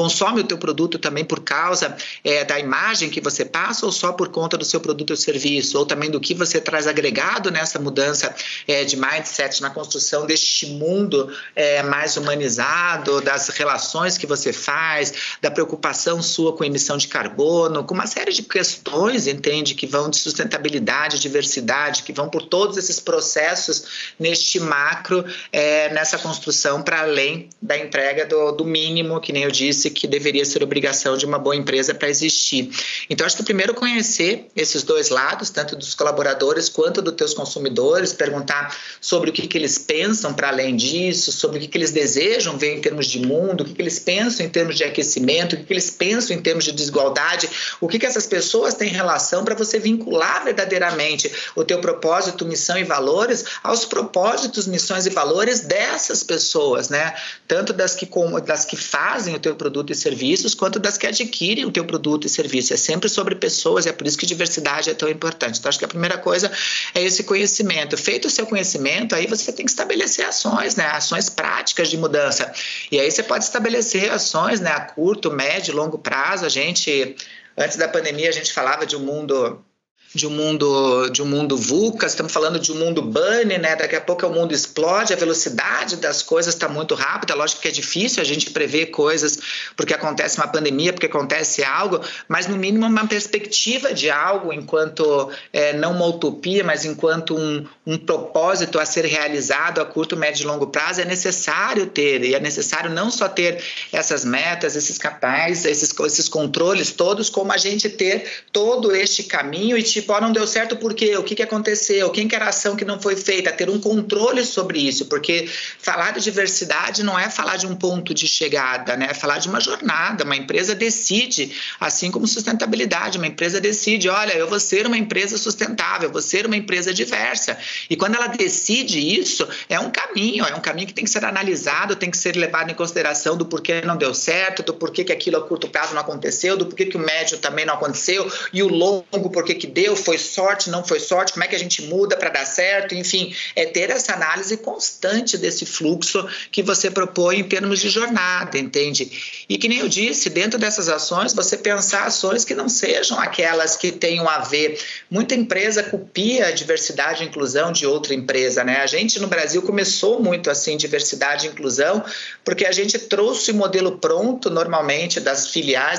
também por causa da imagem que você passa, ou só por conta do seu produto ou serviço, ou também do que você traz agregado nessa mudança de mindset, na construção deste mundo mais humanizado, das relações que você faz, da preocupação sua com emissão de carbono, com uma série de questões, entende, que vão de sustentabilidade, diversidade, que vão por todos esses processos neste macro, nessa construção para além da entrega do mínimo, que nem eu disse, que deveria ser obrigação de uma boa empresa para existir. Então, acho que primeiro conhecer esses dois lados, tanto dos colaboradores quanto dos teus consumidores, perguntar sobre o que eles pensam para além disso, sobre o que eles desejam ver em termos de mundo, o que eles pensam em termos de aquecimento, o que eles pensam em termos de desigualdade, o que essas pessoas têm em relação, para você vincular verdadeiramente o teu propósito, missão e valores aos propósitos, missões e valores dessas pessoas, né? Tanto das que fazem o teu produto e serviços, quanto das que adquirem o teu produto e serviço. É sempre sobre pessoas, e é por isso que diversidade é tão importante. Então, acho que a primeira coisa é esse conhecimento. Feito o seu conhecimento, aí você tem que estabelecer ações, né? Ações práticas de mudança. E aí você pode estabelecer ações, né? A curto, médio, longo prazo. Antes da pandemia, a gente falava de um mundo VUCA, estamos falando de um mundo bunny, né? Daqui a pouco o mundo explode, a velocidade das coisas está muito rápida. Lógico que é difícil a gente prever coisas porque acontece uma pandemia, porque acontece algo, mas no mínimo uma perspectiva de algo, enquanto não uma utopia, mas enquanto um propósito a ser realizado a curto, médio e longo prazo, é necessário ter, e é necessário não só ter essas metas, esses capais, esses controles todos, como a gente ter todo este caminho e tipo, não deu certo por quê? O que aconteceu? Quem que era a ação que não foi feita? Ter um controle sobre isso, porque falar de diversidade não é falar de um ponto de chegada, né? É falar de uma jornada. Uma empresa decide, assim como sustentabilidade, uma empresa decide, olha, eu vou ser uma empresa sustentável, eu vou ser uma empresa diversa. E quando ela decide isso, é um caminho que tem que ser analisado, tem que ser levado em consideração do porquê não deu certo, do porquê que aquilo a curto prazo não aconteceu, do porquê que o médio também não aconteceu, e o longo porquê que deu, foi sorte, não foi sorte, como é que a gente muda para dar certo, enfim, é ter essa análise constante desse fluxo que você propõe em termos de jornada, entende? E que nem eu disse, dentro dessas ações, você pensar ações que não sejam aquelas que tenham a ver. Muita empresa copia a diversidade e inclusão de outra empresa, né? A gente no Brasil começou muito assim, diversidade e inclusão, porque a gente trouxe o modelo pronto, normalmente, das filiais,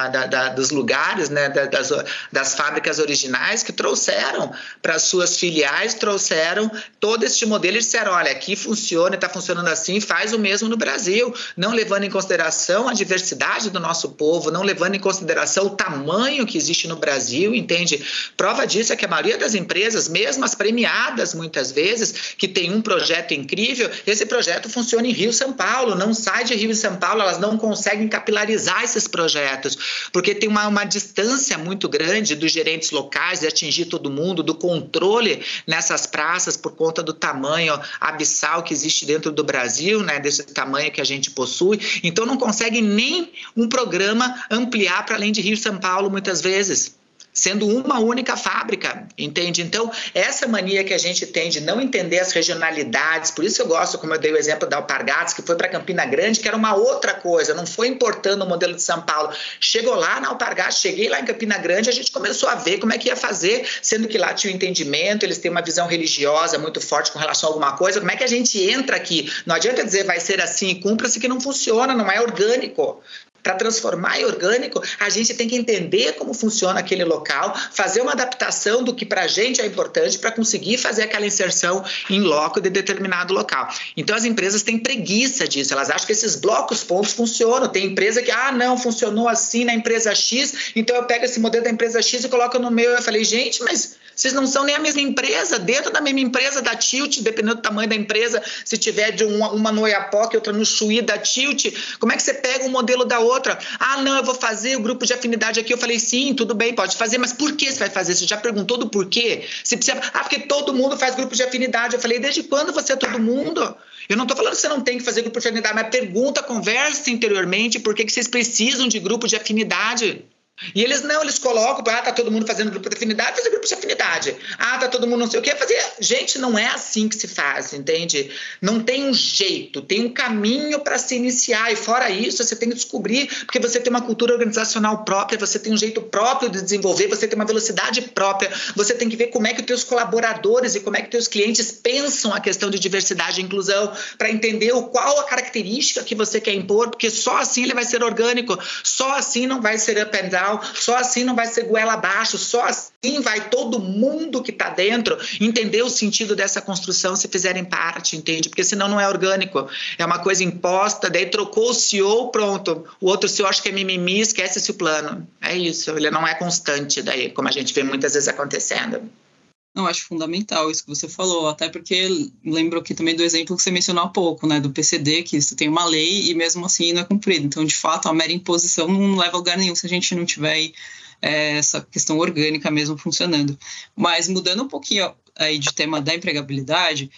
dos lugares, né? Das fábricas originais, que trouxeram para as suas filiais, trouxeram todo este modelo e disseram, olha, aqui funciona, está funcionando assim, faz o mesmo no Brasil, não levando em consideração a diversidade do nosso povo, não levando em consideração o tamanho que existe no Brasil, entende? Prova disso é que a maioria das empresas, mesmo as premiadas muitas vezes, que tem um projeto incrível, esse projeto funciona em Rio e São Paulo, não sai de Rio e São Paulo, elas não conseguem capilarizar esses projetos, porque tem uma distância muito grande dos gerentes locais de atingir todo mundo, do controle nessas praças por conta do tamanho abissal que existe dentro do Brasil, né, desse tamanho que a gente possui, então não conseguem nem um programa ampliar para além de Rio e São Paulo muitas vezes, sendo uma única fábrica, entende? Então, essa mania que a gente tem de não entender as regionalidades, por isso eu gosto, como eu dei o exemplo da Alpargatas, que foi para Campina Grande, que era uma outra coisa, não foi importando o modelo de São Paulo. Chegou lá na Alpargatas, cheguei lá em Campina Grande, a gente começou a ver como é que ia fazer, sendo que lá tinha um entendimento, eles têm uma visão religiosa muito forte com relação a alguma coisa, como é que a gente entra aqui? Não adianta dizer vai ser assim e cumpra-se que não funciona, não é orgânico. Para transformar em orgânico, a gente tem que entender como funciona aquele local, fazer uma adaptação do que para a gente é importante para conseguir fazer aquela inserção em loco de determinado local. Então, as empresas têm preguiça disso, elas acham que esses blocos pontos funcionam. Tem empresa que, não, funcionou assim na empresa X, então eu pego esse modelo da empresa X e coloco no meu. Eu falei, gente, mas vocês não são nem a mesma empresa, dentro da mesma empresa da Tilt, dependendo do tamanho da empresa, se tiver de uma no Oiapoque e outra no Chuí da Tilt, como é que você pega um modelo da outra? Não, eu vou fazer o grupo de afinidade aqui. Eu falei, sim, tudo bem, pode fazer, mas por que você vai fazer? Você já perguntou do porquê? Você precisa... porque todo mundo faz grupo de afinidade. Eu falei, desde quando você é todo mundo? Eu não estou falando que você não tem que fazer grupo de afinidade, mas pergunta, conversa interiormente por que vocês precisam de grupo de afinidade. E eles colocam, tá todo mundo fazendo grupo de afinidade, fazer grupo de afinidade. Tá todo mundo não sei o que, fazer. Gente, não é assim que se faz, entende? Não tem um jeito, tem um caminho para se iniciar. E fora isso, você tem que descobrir, porque você tem uma cultura organizacional própria, você tem um jeito próprio de desenvolver, você tem uma velocidade própria, você tem que ver como é que os teus colaboradores e como é que os teus clientes pensam a questão de diversidade e inclusão, para entender qual a característica que você quer impor, porque só assim ele vai ser orgânico, só assim não vai ser up and down, só assim não vai ser goela abaixo, só assim vai todo mundo que está dentro entender o sentido dessa construção se fizerem parte, entende? Porque senão não é orgânico, é uma coisa imposta, daí trocou o CEO, pronto, o outro CEO acha que é mimimi, esquece-se o plano, é isso, ele não é constante daí, como a gente vê muitas vezes acontecendo. Não, acho fundamental isso que você falou, até porque lembro aqui também do exemplo que você mencionou há pouco, né, do PCD, que você tem uma lei e mesmo assim não é cumprido. Então, de fato, a mera imposição não leva a lugar nenhum se a gente não tiver essa questão orgânica mesmo funcionando. Mas mudando um pouquinho aí de tema da empregabilidade,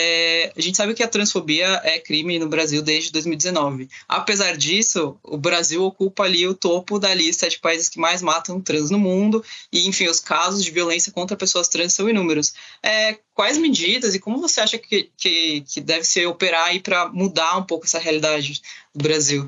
a gente sabe que a transfobia é crime no Brasil desde 2019. Apesar disso, o Brasil ocupa ali o topo da lista de países que mais matam trans no mundo e, enfim, os casos de violência contra pessoas trans são inúmeros. Quais medidas e como você acha que deve se operar aí para mudar um pouco essa realidade do Brasil?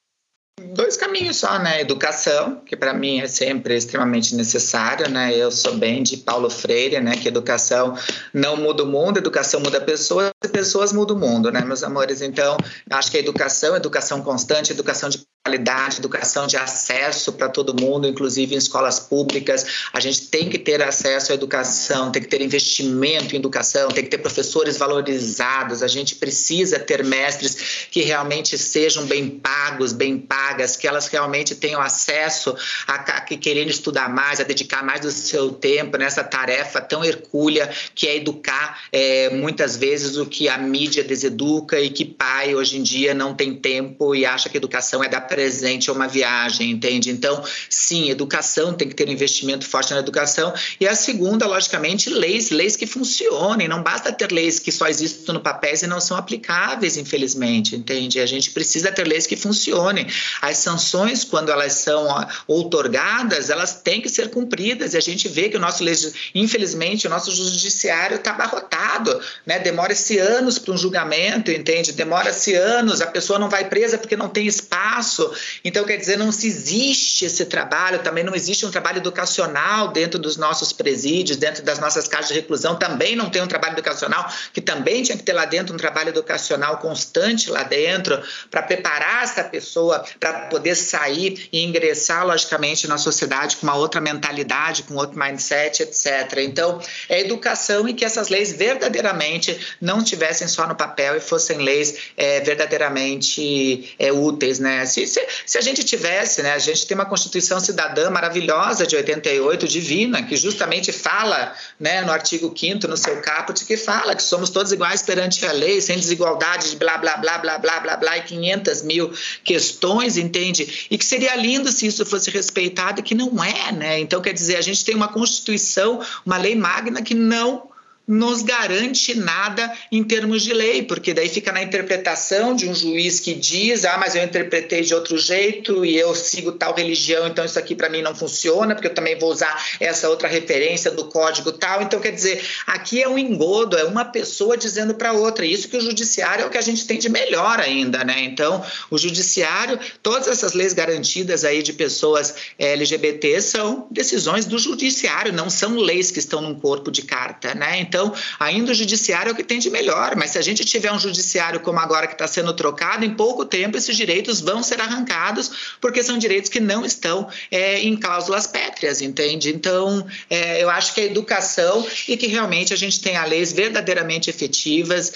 2 caminhos só, né? Educação, que para mim é sempre extremamente necessário, né? Eu sou bem de Paulo Freire, né? Que educação não muda o mundo, educação muda pessoas e pessoas mudam o mundo, né, meus amores? Então, acho que a educação constante, educação de qualidade, educação de acesso para todo mundo, inclusive em escolas públicas. A gente tem que ter acesso à educação, tem que ter investimento em educação, tem que ter professores valorizados, a gente precisa ter mestres que realmente sejam bem pagos, bem pagas, que elas realmente tenham acesso a querer estudar mais, a dedicar mais do seu tempo nessa tarefa tão hercúlea que é educar muitas vezes o que a mídia deseduca e que pai hoje em dia não tem tempo e acha que educação é da presente ou uma viagem, entende? Então, sim, educação, tem que ter um investimento forte na educação. E a segunda, logicamente, leis que funcionem. Não basta ter leis que só existem no papel e não são aplicáveis, infelizmente, entende? A gente precisa ter leis que funcionem. As sanções, quando elas são outorgadas, elas têm que ser cumpridas. E a gente vê que infelizmente, o nosso judiciário está abarrotado, né? Demora-se anos para um julgamento, entende? Demora-se anos, a pessoa não vai presa porque não tem espaço. Então, quer dizer, não se existe esse trabalho, também não existe um trabalho educacional dentro dos nossos presídios, dentro das nossas casas de reclusão, também não tem um trabalho educacional, que também tinha que ter lá dentro um trabalho educacional constante lá dentro, para preparar essa pessoa para poder sair e ingressar, logicamente, na sociedade com uma outra mentalidade, com outro mindset, etc. Então, é educação e que essas leis verdadeiramente não tivessem só no papel e fossem leis verdadeiramente úteis, né? Se a gente tivesse, né, a gente tem uma Constituição Cidadã maravilhosa de 88, divina, que justamente fala, né, no artigo 5º, no seu caput, que fala que somos todos iguais perante a lei, sem desigualdade de blá, blá, blá, blá, blá, blá, blá, e 500 mil questões, entende? E que seria lindo se isso fosse respeitado, e que não é, né? Então, quer dizer, a gente tem uma Constituição, uma lei magna que não nos garante nada em termos de lei, porque daí fica na interpretação de um juiz que diz, mas eu interpretei de outro jeito e eu sigo tal religião, então isso aqui para mim não funciona, porque eu também vou usar essa outra referência do código tal. Então, quer dizer, aqui é um engodo, é uma pessoa dizendo para outra. Isso que o judiciário é o que a gente tem de melhor ainda, né? Então, o judiciário, todas essas leis garantidas aí de pessoas LGBT são decisões do judiciário, não são leis que estão num corpo de carta, né? Então, ainda o judiciário é o que tem de melhor, mas se a gente tiver um judiciário como agora que está sendo trocado, em pouco tempo esses direitos vão ser arrancados, porque são direitos que não estão em cláusulas pétreas, entende? Então, eu acho que a educação e que realmente a gente tenha leis verdadeiramente efetivas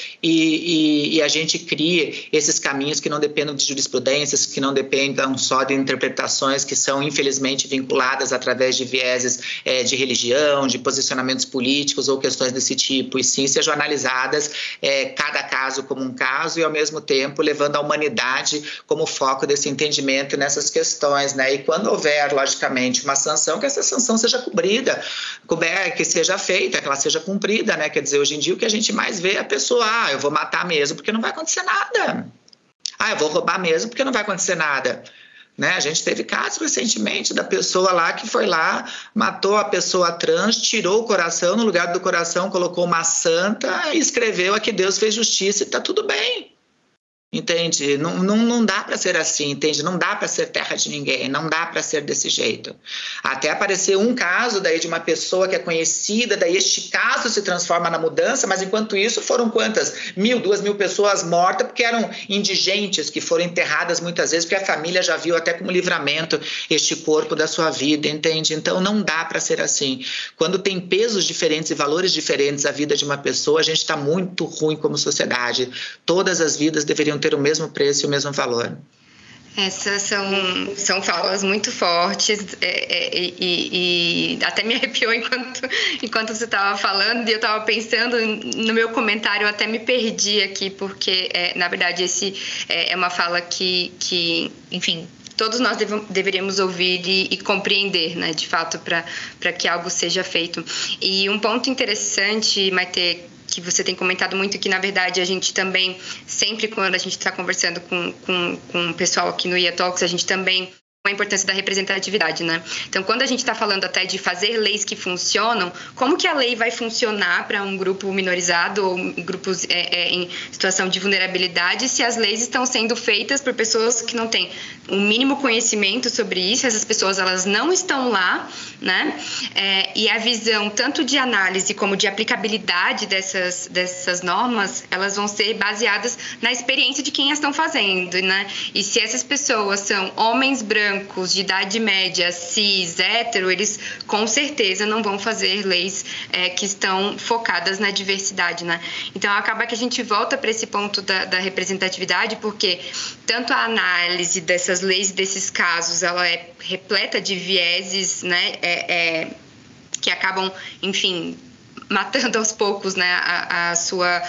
e a gente crie esses caminhos que não dependam de jurisprudências, que não dependam só de interpretações que são infelizmente vinculadas através de vieses de religião, de posicionamentos políticos ou questões desse tipo, e sim sejam analisadas cada caso como um caso e ao mesmo tempo levando a humanidade como foco desse entendimento nessas questões, né? E quando houver, logicamente, uma sanção, que essa sanção seja cumprida, que seja feita, que ela seja cumprida, né? Quer dizer, hoje em dia o que a gente mais vê é a pessoa, eu vou matar mesmo porque não vai acontecer nada. Eu vou roubar mesmo porque não vai acontecer nada. Né? A gente teve casos recentemente da pessoa lá que foi lá, matou a pessoa trans, tirou o coração, no lugar do coração colocou uma santa e escreveu a que Deus fez justiça e está tudo bem. Entende? Não dá para ser assim, entende? Não dá para ser terra de ninguém, não dá para ser desse jeito. Até aparecer um caso daí de uma pessoa que é conhecida, daí este caso se transforma na mudança, mas enquanto isso foram quantas? 1.000, 2.000 pessoas mortas porque eram indigentes que foram enterradas muitas vezes porque a família já viu até como livramento este corpo da sua vida, entende? Então não dá para ser assim. Quando tem pesos diferentes e valores diferentes a vida de uma pessoa, a gente está muito ruim como sociedade. Todas as vidas deveriam ter o mesmo preço e o mesmo valor. Essas são falas muito fortes e até me arrepiou enquanto você estava falando, e eu estava pensando no meu comentário, eu até me perdi aqui, porque na verdade esse é uma fala que enfim, todos nós deveríamos ouvir e compreender, né, de fato, para que algo seja feito. E um ponto interessante, Maite, que você tem comentado muito, que na verdade a gente também, sempre quando a gente está conversando com o pessoal aqui no IA Talks, a gente também a importância da representatividade, né? Então, quando a gente está falando até de fazer leis que funcionam, como que a lei vai funcionar para um grupo minorizado ou grupos em situação de vulnerabilidade se as leis estão sendo feitas por pessoas que não têm um mínimo conhecimento sobre isso, essas pessoas elas não estão lá, né? E a visão tanto de análise como de aplicabilidade dessas normas, elas vão ser baseadas na experiência de quem as estão fazendo, né? E se essas pessoas são homens brancos, de idade média, cis, hétero, eles com certeza não vão fazer leis que estão focadas na diversidade, né? Então, acaba que a gente volta para esse ponto da representatividade, porque tanto a análise dessas leis, desses casos, ela é repleta de vieses, né? Que acabam, enfim, matando aos poucos, né? a sua...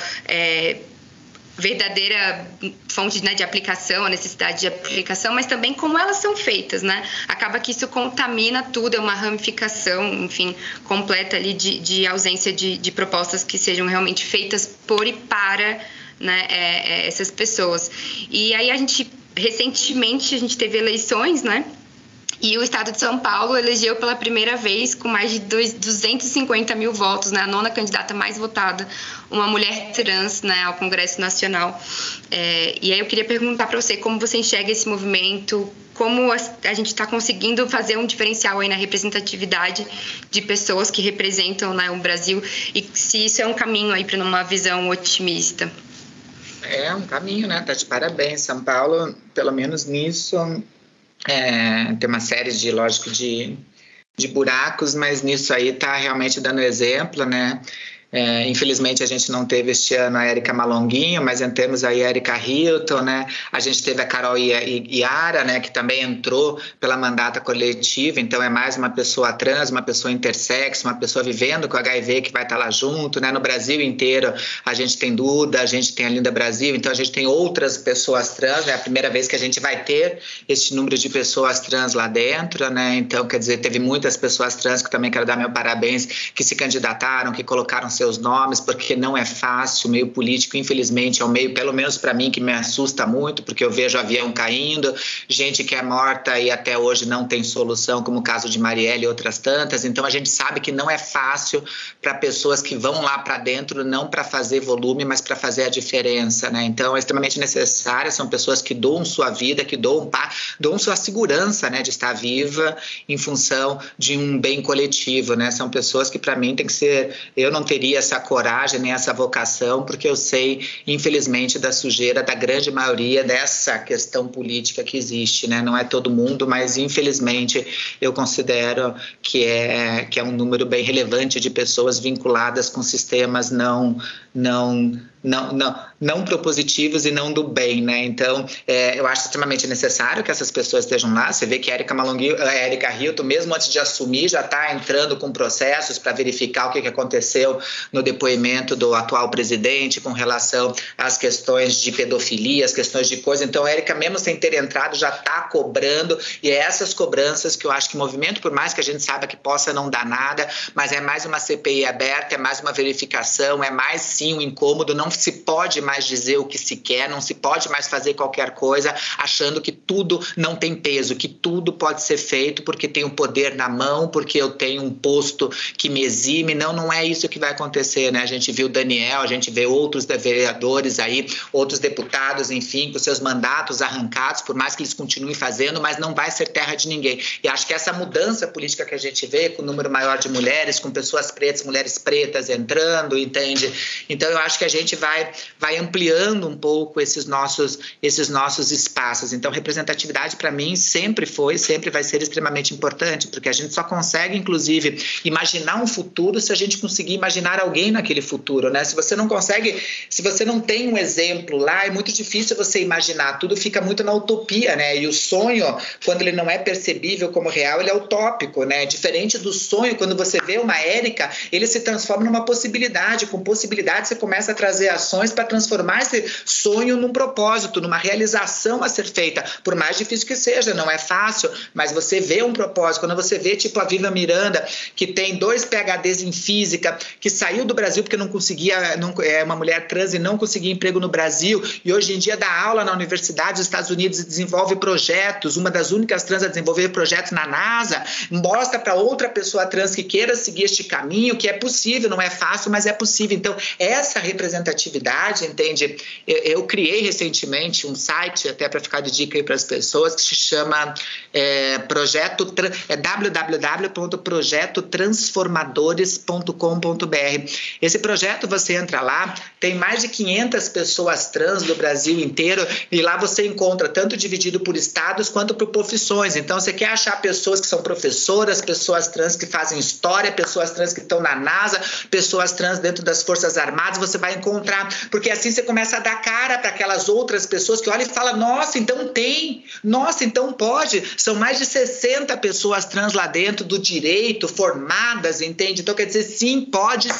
verdadeira fonte, né, de aplicação, a necessidade de aplicação, mas também como elas são feitas, né? Acaba que isso contamina tudo, é uma ramificação, enfim, completa ali de ausência de propostas que sejam realmente feitas por e para, né, essas pessoas. E aí recentemente a gente teve eleições, né? E o estado de São Paulo elegeu pela primeira vez, com mais de 250 mil votos, né, a 9ª candidata mais votada, uma mulher trans, né, ao Congresso Nacional. E aí eu queria perguntar para você como você enxerga esse movimento, como a gente está conseguindo fazer um diferencial aí na representatividade de pessoas que representam, né, o Brasil, e se isso é um caminho aí para uma visão otimista. É um caminho, né? Tá de parabéns. São Paulo, pelo menos nisso... tem uma série de buracos, mas nisso aí está realmente dando exemplo, né? Infelizmente a gente não teve este ano a Érica Malonguinho, mas temos aí a Erika Hilton, né? A gente teve a Carol Iara, né? Que também entrou pela mandata coletiva, então é mais uma pessoa trans, uma pessoa intersexo, uma pessoa vivendo com HIV que vai estar lá junto, né? No Brasil inteiro a gente tem Duda, a gente tem a Linda Brasil, então a gente tem outras pessoas trans, é a primeira vez que a gente vai ter este número de pessoas trans lá dentro, né? Então, quer dizer, teve muitas pessoas trans que também quero dar meu parabéns, que se candidataram, que colocaram seus nomes, porque não é fácil. O meio político, infelizmente, é um meio, pelo menos para mim, que me assusta muito, porque eu vejo avião caindo, gente que é morta e até hoje não tem solução, como o caso de Marielle e outras tantas. Então a gente sabe que não é fácil para pessoas que vão lá para dentro, não para fazer volume, mas para fazer a diferença, né? Então é extremamente necessário, são pessoas que doam sua vida, que doam sua segurança, né, de estar viva em função de um bem coletivo, né? São pessoas que para mim tem que ser, eu não teria essa coragem, nem essa vocação, porque eu sei, infelizmente, da sujeira da grande maioria dessa questão política que existe, né? Não é todo mundo, mas infelizmente eu considero que é um número bem relevante de pessoas vinculadas com sistemas não propositivos e não do bem, né? Então, eu acho extremamente necessário que essas pessoas estejam lá. Você vê que a Erika Hilton, mesmo antes de assumir, já está entrando com processos para verificar o que aconteceu no depoimento do atual presidente com relação às questões de pedofilia, as questões de coisa. Então, a Erika, mesmo sem ter entrado, já está cobrando, e é essas cobranças que eu acho que o movimento, por mais que a gente saiba que possa não dar nada, mas é mais uma CPI aberta, é mais uma verificação, é mais sim um incômodo, não se pode mais dizer o que se quer, não se pode mais fazer qualquer coisa achando que tudo não tem peso, que tudo pode ser feito porque tem o poder na mão, porque eu tenho um posto que me exime. Não é isso que vai acontecer, né? A gente viu o Daniel, a gente vê outros vereadores aí, outros deputados, enfim, com seus mandatos arrancados, por mais que eles continuem fazendo, mas não vai ser terra de ninguém. E acho que essa mudança política que a gente vê, com o número maior de mulheres, com pessoas pretas, mulheres pretas entrando, entende? Então eu acho que a gente vai ampliando um pouco esses nossos espaços. Então representatividade para mim sempre vai ser extremamente importante, porque a gente só consegue, inclusive, imaginar um futuro se a gente conseguir imaginar alguém naquele futuro, né? Se você não tem um exemplo lá, é muito difícil você imaginar, tudo fica muito na utopia, né? E o sonho, quando ele não é percebível como real, ele é utópico, né? Diferente do sonho, quando você vê uma Érica, ele se transforma numa possibilidade, com possibilidade você começa a trazer ações para transformar esse sonho num propósito, numa realização a ser feita, por mais difícil que seja, não é fácil, mas você vê um propósito. Quando você vê, tipo, a Vivian Miranda, que tem 2 PhDs em física, que saiu do Brasil porque não conseguia, é uma mulher trans e não conseguia emprego no Brasil, e hoje em dia dá aula na universidade dos Estados Unidos e desenvolve projetos, uma das únicas trans a desenvolver projetos na NASA, mostra para outra pessoa trans que queira seguir este caminho, que é possível, não é fácil, mas é possível. Então, essa representatividade, entende? Eu criei recentemente um site, até para ficar de dica aí para as pessoas, que se chama www.projetotransformadores.com.br. Esse projeto, você entra lá, tem mais de 500 pessoas trans do Brasil inteiro, e lá você encontra tanto dividido por estados quanto por profissões. Então, você quer achar pessoas que são professoras, pessoas trans que fazem história, pessoas trans que estão na NASA, pessoas trans dentro das Forças Armadas, você vai encontrar, porque assim você começa a dar cara para aquelas outras pessoas que olham e falam, nossa, então tem, nossa, então pode. São mais de 60 pessoas trans lá dentro do direito, formadas, entende? Então, quer dizer, sim, pode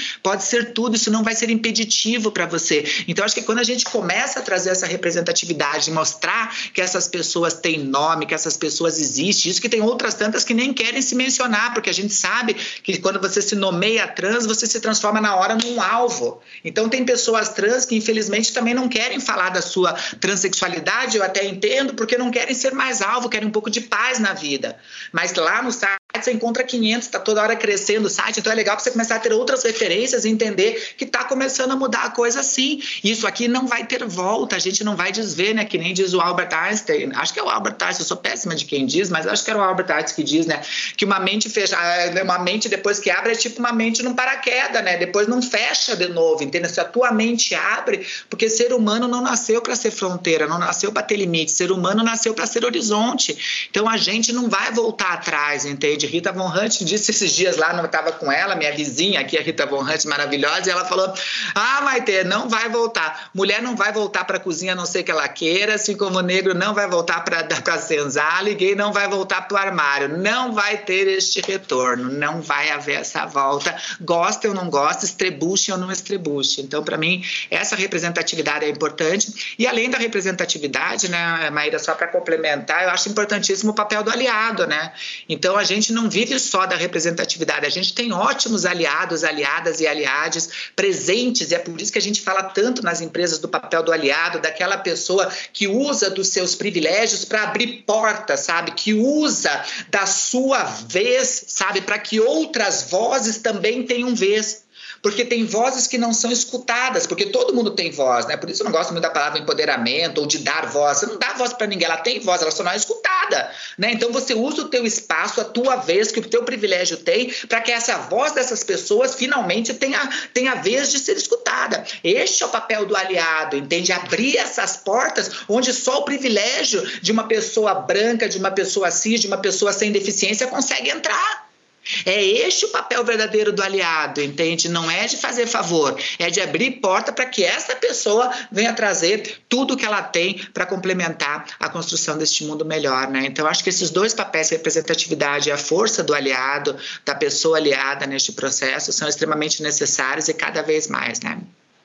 ser tudo, isso não vai ser impeditivo para você. Então, acho que quando a gente começa a trazer essa representatividade, mostrar que essas pessoas têm nome, que essas pessoas existem, isso que tem outras tantas que nem querem se mencionar, porque a gente sabe que quando você se nomeia trans, você se transforma na hora num alvo. Então, tem pessoas trans que, infelizmente, também não querem falar da sua transexualidade, eu até entendo, porque não querem ser mais alvo, querem um pouco de paz na vida. Mas lá no site você encontra 500, está toda hora crescendo o site, então é legal para você começar a ter outras referências e entender que está começando a mudar a coisa assim. Isso aqui não vai ter volta, a gente não vai desver, né? Que nem diz o Albert Einstein, acho que é o Albert Einstein, eu sou péssima de quem diz, mas acho que era o Albert Einstein que diz, né? Que uma mente fechada, uma mente depois que abre é tipo uma mente num paraquedas, né? Depois não fecha de novo, entende? Se a tua mente abre, porque ser humano não nasceu para ser fronteira, não nasceu para ter limite, ser humano nasceu para ser horizonte. Então a gente não vai voltar atrás, entende? Rita Von Hunt disse esses dias lá, não estava com ela, minha vizinha aqui, a Rita Von Hunt, maravilhosa, e ela falou, Maite, não vai voltar, mulher não vai voltar para a cozinha a não ser que ela queira, assim como o negro não vai voltar para a senzala e gay não vai voltar para o armário, não vai ter este retorno, não vai haver essa volta, gosta ou não gosta, estrebuche ou não estrebuche. Então, para mim, essa representatividade é importante, e além da representatividade, né, Maíra, só para complementar, eu acho importantíssimo o papel do aliado, né? Então, a gente não vive só da representatividade, a gente tem ótimos aliados, aliadas e aliados presentes, e é por isso que a gente fala tanto nas empresas do papel do aliado, daquela pessoa que usa dos seus privilégios para abrir portas, sabe? Que usa da sua vez, sabe? Para que outras vozes também tenham vez. Porque tem vozes que não são escutadas, porque todo mundo tem voz, né? Por isso eu não gosto muito da palavra empoderamento ou de dar voz. Você não dá voz para ninguém, ela tem voz, ela só não é escutada, né? Então você usa o teu espaço, a tua vez, que o teu privilégio tem, para que essa voz dessas pessoas finalmente tenha vez de ser escutada. Este é o papel do aliado, entende? Abrir essas portas onde só o privilégio de uma pessoa branca, de uma pessoa cis, de uma pessoa sem deficiência consegue entrar. É este o papel verdadeiro do aliado, entende? Não é de fazer favor, é de abrir porta para que essa pessoa venha trazer tudo que ela tem para complementar a construção deste mundo melhor, né? Então, acho que esses dois papéis, representatividade e a força do aliado, da pessoa aliada neste processo, são extremamente necessários e cada vez mais, né?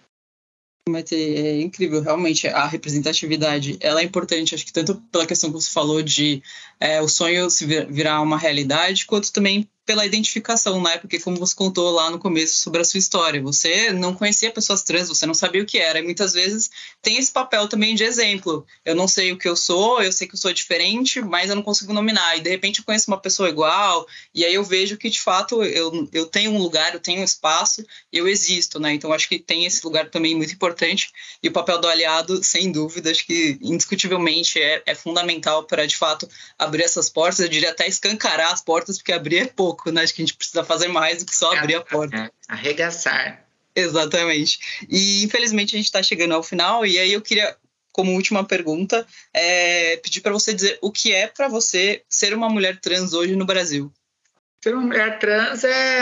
Mas é incrível, realmente, a representatividade, ela é importante, acho que tanto pela questão que você falou de o sonho se virar uma realidade, quanto também pela identificação, né? Porque como você contou lá no começo sobre a sua história, você não conhecia pessoas trans, você não sabia o que era, e muitas vezes tem esse papel também de exemplo. Eu não sei o que eu sei que eu sou diferente, mas eu não consigo nominar, e de repente eu conheço uma pessoa igual, e aí eu vejo que de fato eu tenho um lugar, eu tenho um espaço, eu existo, né? Então acho que tem esse lugar também muito importante, e o papel do aliado, sem dúvida, acho que indiscutivelmente é fundamental para de fato abrir essas portas, eu diria até escancarar as portas, porque abrir é pouco, né? Acho que a gente precisa fazer mais do que só abrir a porta. Arregaçar. Exatamente. E infelizmente a gente está chegando ao final, e aí eu queria, como última pergunta, pedir para você dizer o que é para você ser uma mulher trans hoje no Brasil. Ser uma mulher trans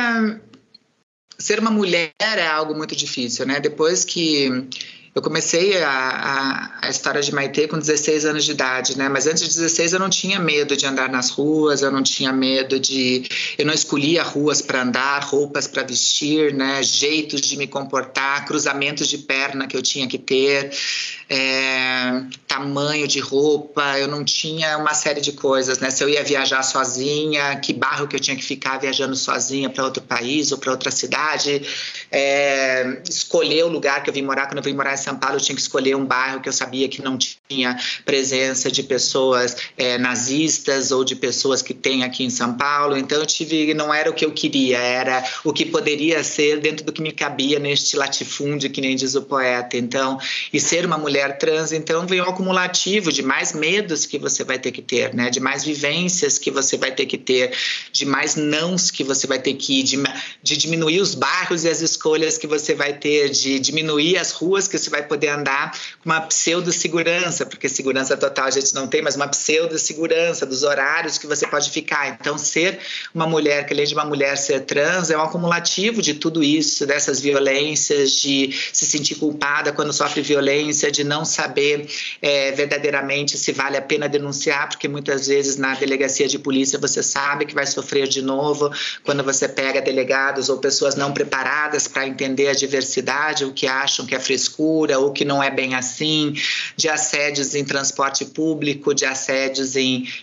ser uma mulher é algo muito difícil, né? Depois que eu comecei a história de Maitê com 16 anos de idade, né? Mas antes de 16 eu não tinha medo de andar nas ruas, eu não tinha medo eu não escolhia ruas para andar, roupas para vestir, né? Jeitos de me comportar, cruzamentos de perna que eu tinha que ter, tamanho de roupa, eu não tinha uma série de coisas, né? Se eu ia viajar sozinha, que bairro que eu tinha que ficar viajando sozinha para outro país ou para outra cidade, escolher o lugar que eu vim morar. Quando eu vim morar em São Paulo, eu tinha que escolher um bairro que eu sabia que não tinha presença de pessoas nazistas ou de pessoas que tem aqui em São Paulo. Então não era o que eu queria, era o que poderia ser dentro do que me cabia neste latifúndio, que nem diz o poeta. Então, e ser uma mulher trans, então vem um acumulativo de mais medos que você vai ter que ter, né? De mais vivências que você vai ter que ter, de mais nãos que você vai ter que ir, de diminuir os bairros e as escolhas que você vai ter, de diminuir as ruas que você vai poder andar com uma pseudo-segurança, porque segurança total a gente não tem, mas uma pseudo-segurança dos horários que você pode ficar. Então, ser uma mulher, que além de uma mulher ser trans, é um acumulativo de tudo isso, dessas violências, de se sentir culpada quando sofre violência, de não saber verdadeiramente se vale a pena denunciar, porque muitas vezes na delegacia de polícia você sabe que vai sofrer de novo quando você pega delegados ou pessoas não preparadas para entender a diversidade, o que acham que é frescura ou que não é bem assim, de assédios em transporte público, de assédios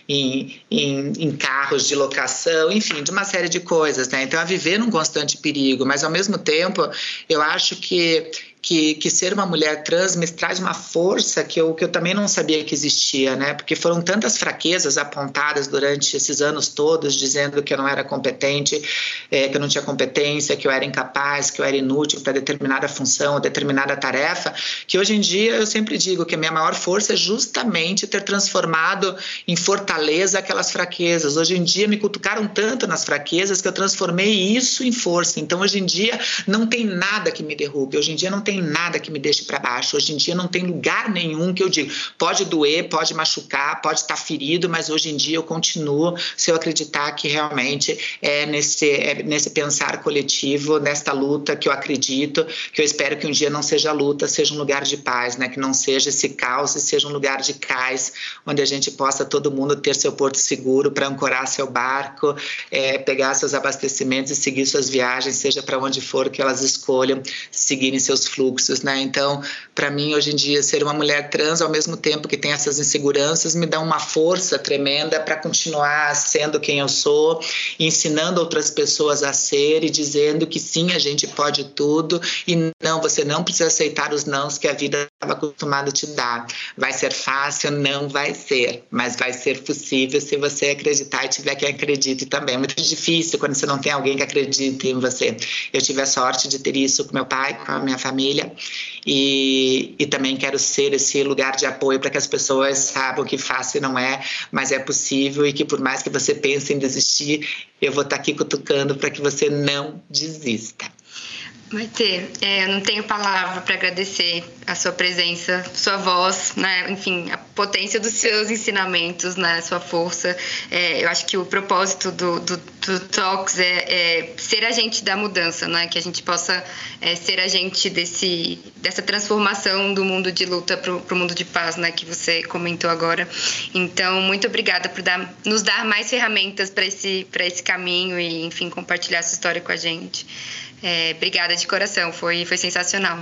em carros de locação, enfim, de uma série de coisas, né? Então, é viver num constante perigo, mas ao mesmo tempo, eu acho que ser uma mulher trans me traz uma força que eu também não sabia que existia, né? Porque foram tantas fraquezas apontadas durante esses anos todos, dizendo que eu não era competente, que eu não tinha competência, que eu era incapaz, que eu era inútil para determinada função, determinada tarefa, que hoje em dia eu sempre digo que a minha maior força é justamente ter transformado em fortaleza aquelas fraquezas. Hoje em dia me cutucaram tanto nas fraquezas que eu transformei isso em força. Então, hoje em dia não tem nada que me derrube, hoje em dia não tem nada que me deixe para baixo. Hoje em dia não tem lugar nenhum que eu digo, pode doer, pode machucar, pode estar ferido, mas hoje em dia eu continuo, se eu acreditar que realmente nesse pensar coletivo, nesta luta que eu acredito, que eu espero que um dia não seja luta, seja um lugar de paz, né? Que não seja esse caos e seja um lugar de cais, onde a gente possa todo mundo ter seu porto seguro para ancorar seu barco, pegar seus abastecimentos e seguir suas viagens, seja para onde for que elas escolham, seguirem seus fluxos, né? Então, para mim, hoje em dia, ser uma mulher trans, ao mesmo tempo que tem essas inseguranças, me dá uma força tremenda para continuar sendo quem eu sou, ensinando outras pessoas a ser e dizendo que sim, a gente pode tudo e não, você não precisa aceitar os nãos que a vida estava acostumada a te dar. Vai ser fácil? Não vai ser, mas vai ser possível se você acreditar e tiver quem acredite também. É muito difícil quando você não tem alguém que acredite em você. Eu tive a sorte de ter isso com meu pai, com a minha família, e também quero ser esse lugar de apoio para que as pessoas saibam que fácil não é, mas é possível e que por mais que você pense em desistir, eu vou estar aqui cutucando para que você não desista. Maitê, eu não tenho palavra para agradecer a sua presença, sua voz, né? Enfim, a potência dos seus ensinamentos, né? Sua força. Eu acho que o propósito do Talks é ser agente da mudança, né? Que a gente possa ser agente dessa transformação do mundo de luta para o mundo de paz, né? Que você comentou agora. Então, muito obrigada por nos dar mais ferramentas para esse caminho e, enfim, compartilhar sua história com a gente. Obrigada de coração, foi sensacional.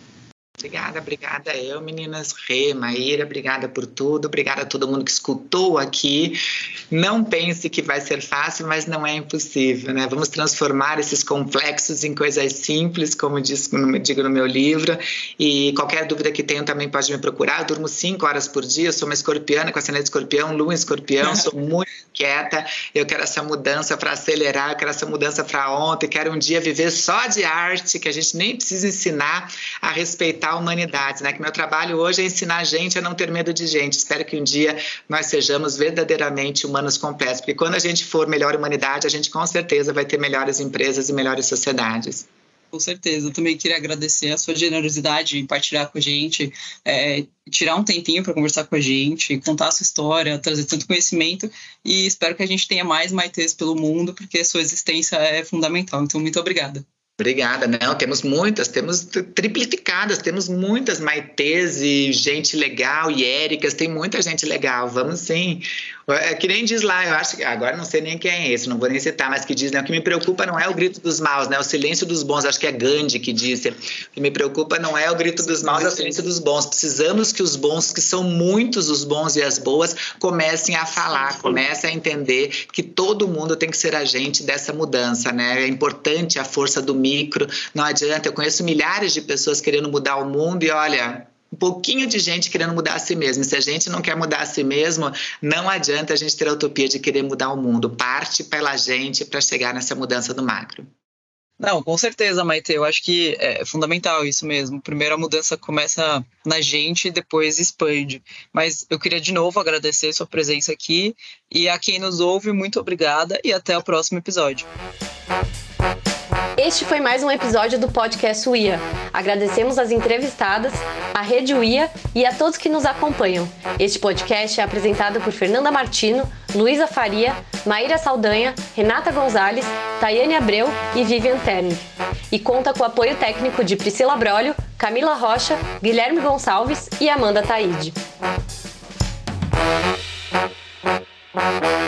Obrigada eu, meninas. Rê, Maíra, obrigada por tudo, obrigada a todo mundo que escutou aqui. Não pense que vai ser fácil, mas não é impossível, né? Vamos transformar esses complexos em coisas simples, como digo no meu livro, e qualquer dúvida que tenham também pode me procurar. Eu durmo 5 horas por dia, eu sou uma escorpiana com ascendente escorpião, lua em escorpião, sou muito quieta, eu quero essa mudança para acelerar, eu quero essa mudança para ontem, quero um dia viver só de arte, que a gente nem precisa ensinar a respeitar a humanidade, né? Que meu trabalho hoje é ensinar a gente a não ter medo de gente. Espero que um dia nós sejamos verdadeiramente humanos completos, porque quando a gente for melhor humanidade, a gente com certeza vai ter melhores empresas e melhores sociedades. Com certeza, eu também queria agradecer a sua generosidade em partilhar com a gente, tirar um tempinho para conversar com a gente, contar a sua história, trazer tanto conhecimento, e espero que a gente tenha mais Maitês pelo mundo, porque a sua existência é fundamental. Então, muito obrigada. Obrigada. Não, temos muitas, temos triplicadas, temos muitas Maitês e gente legal e Éricas, tem muita gente legal, vamos sim. É que nem diz lá, eu acho que agora não sei nem quem é esse, não vou nem citar, mas que diz, né, o que me preocupa não é o grito dos maus, né, o silêncio dos bons, acho que é Gandhi que disse, o que me preocupa não é o grito dos maus, é o silêncio dos bons. Precisamos que os bons, que são muitos os bons e as boas, comecem a falar, comecem a entender que todo mundo tem que ser agente dessa mudança, né, é importante a força do micro, não adianta, eu conheço milhares de pessoas querendo mudar o mundo e olha, um pouquinho de gente querendo mudar a si mesmo. Se a gente não quer mudar a si mesmo, não adianta a gente ter a utopia de querer mudar o mundo. Parte pela gente para chegar nessa mudança do macro. Não, com certeza, Maite. Eu acho que é fundamental isso mesmo. Primeiro a mudança começa na gente e depois expande. Mas eu queria de novo agradecer sua presença aqui e a quem nos ouve, muito obrigada e até o próximo episódio. Este foi mais um episódio do podcast UIA. Agradecemos as entrevistadas, a Rede UIA e a todos que nos acompanham. Este podcast é apresentado por Fernanda Martino, Luísa Faria, Maíra Saldanha, Renata Gonzalez, Tayane Abreu e Vivian Terni. E conta com o apoio técnico de Priscila Brolio, Camila Rocha, Guilherme Gonçalves e Amanda Taide.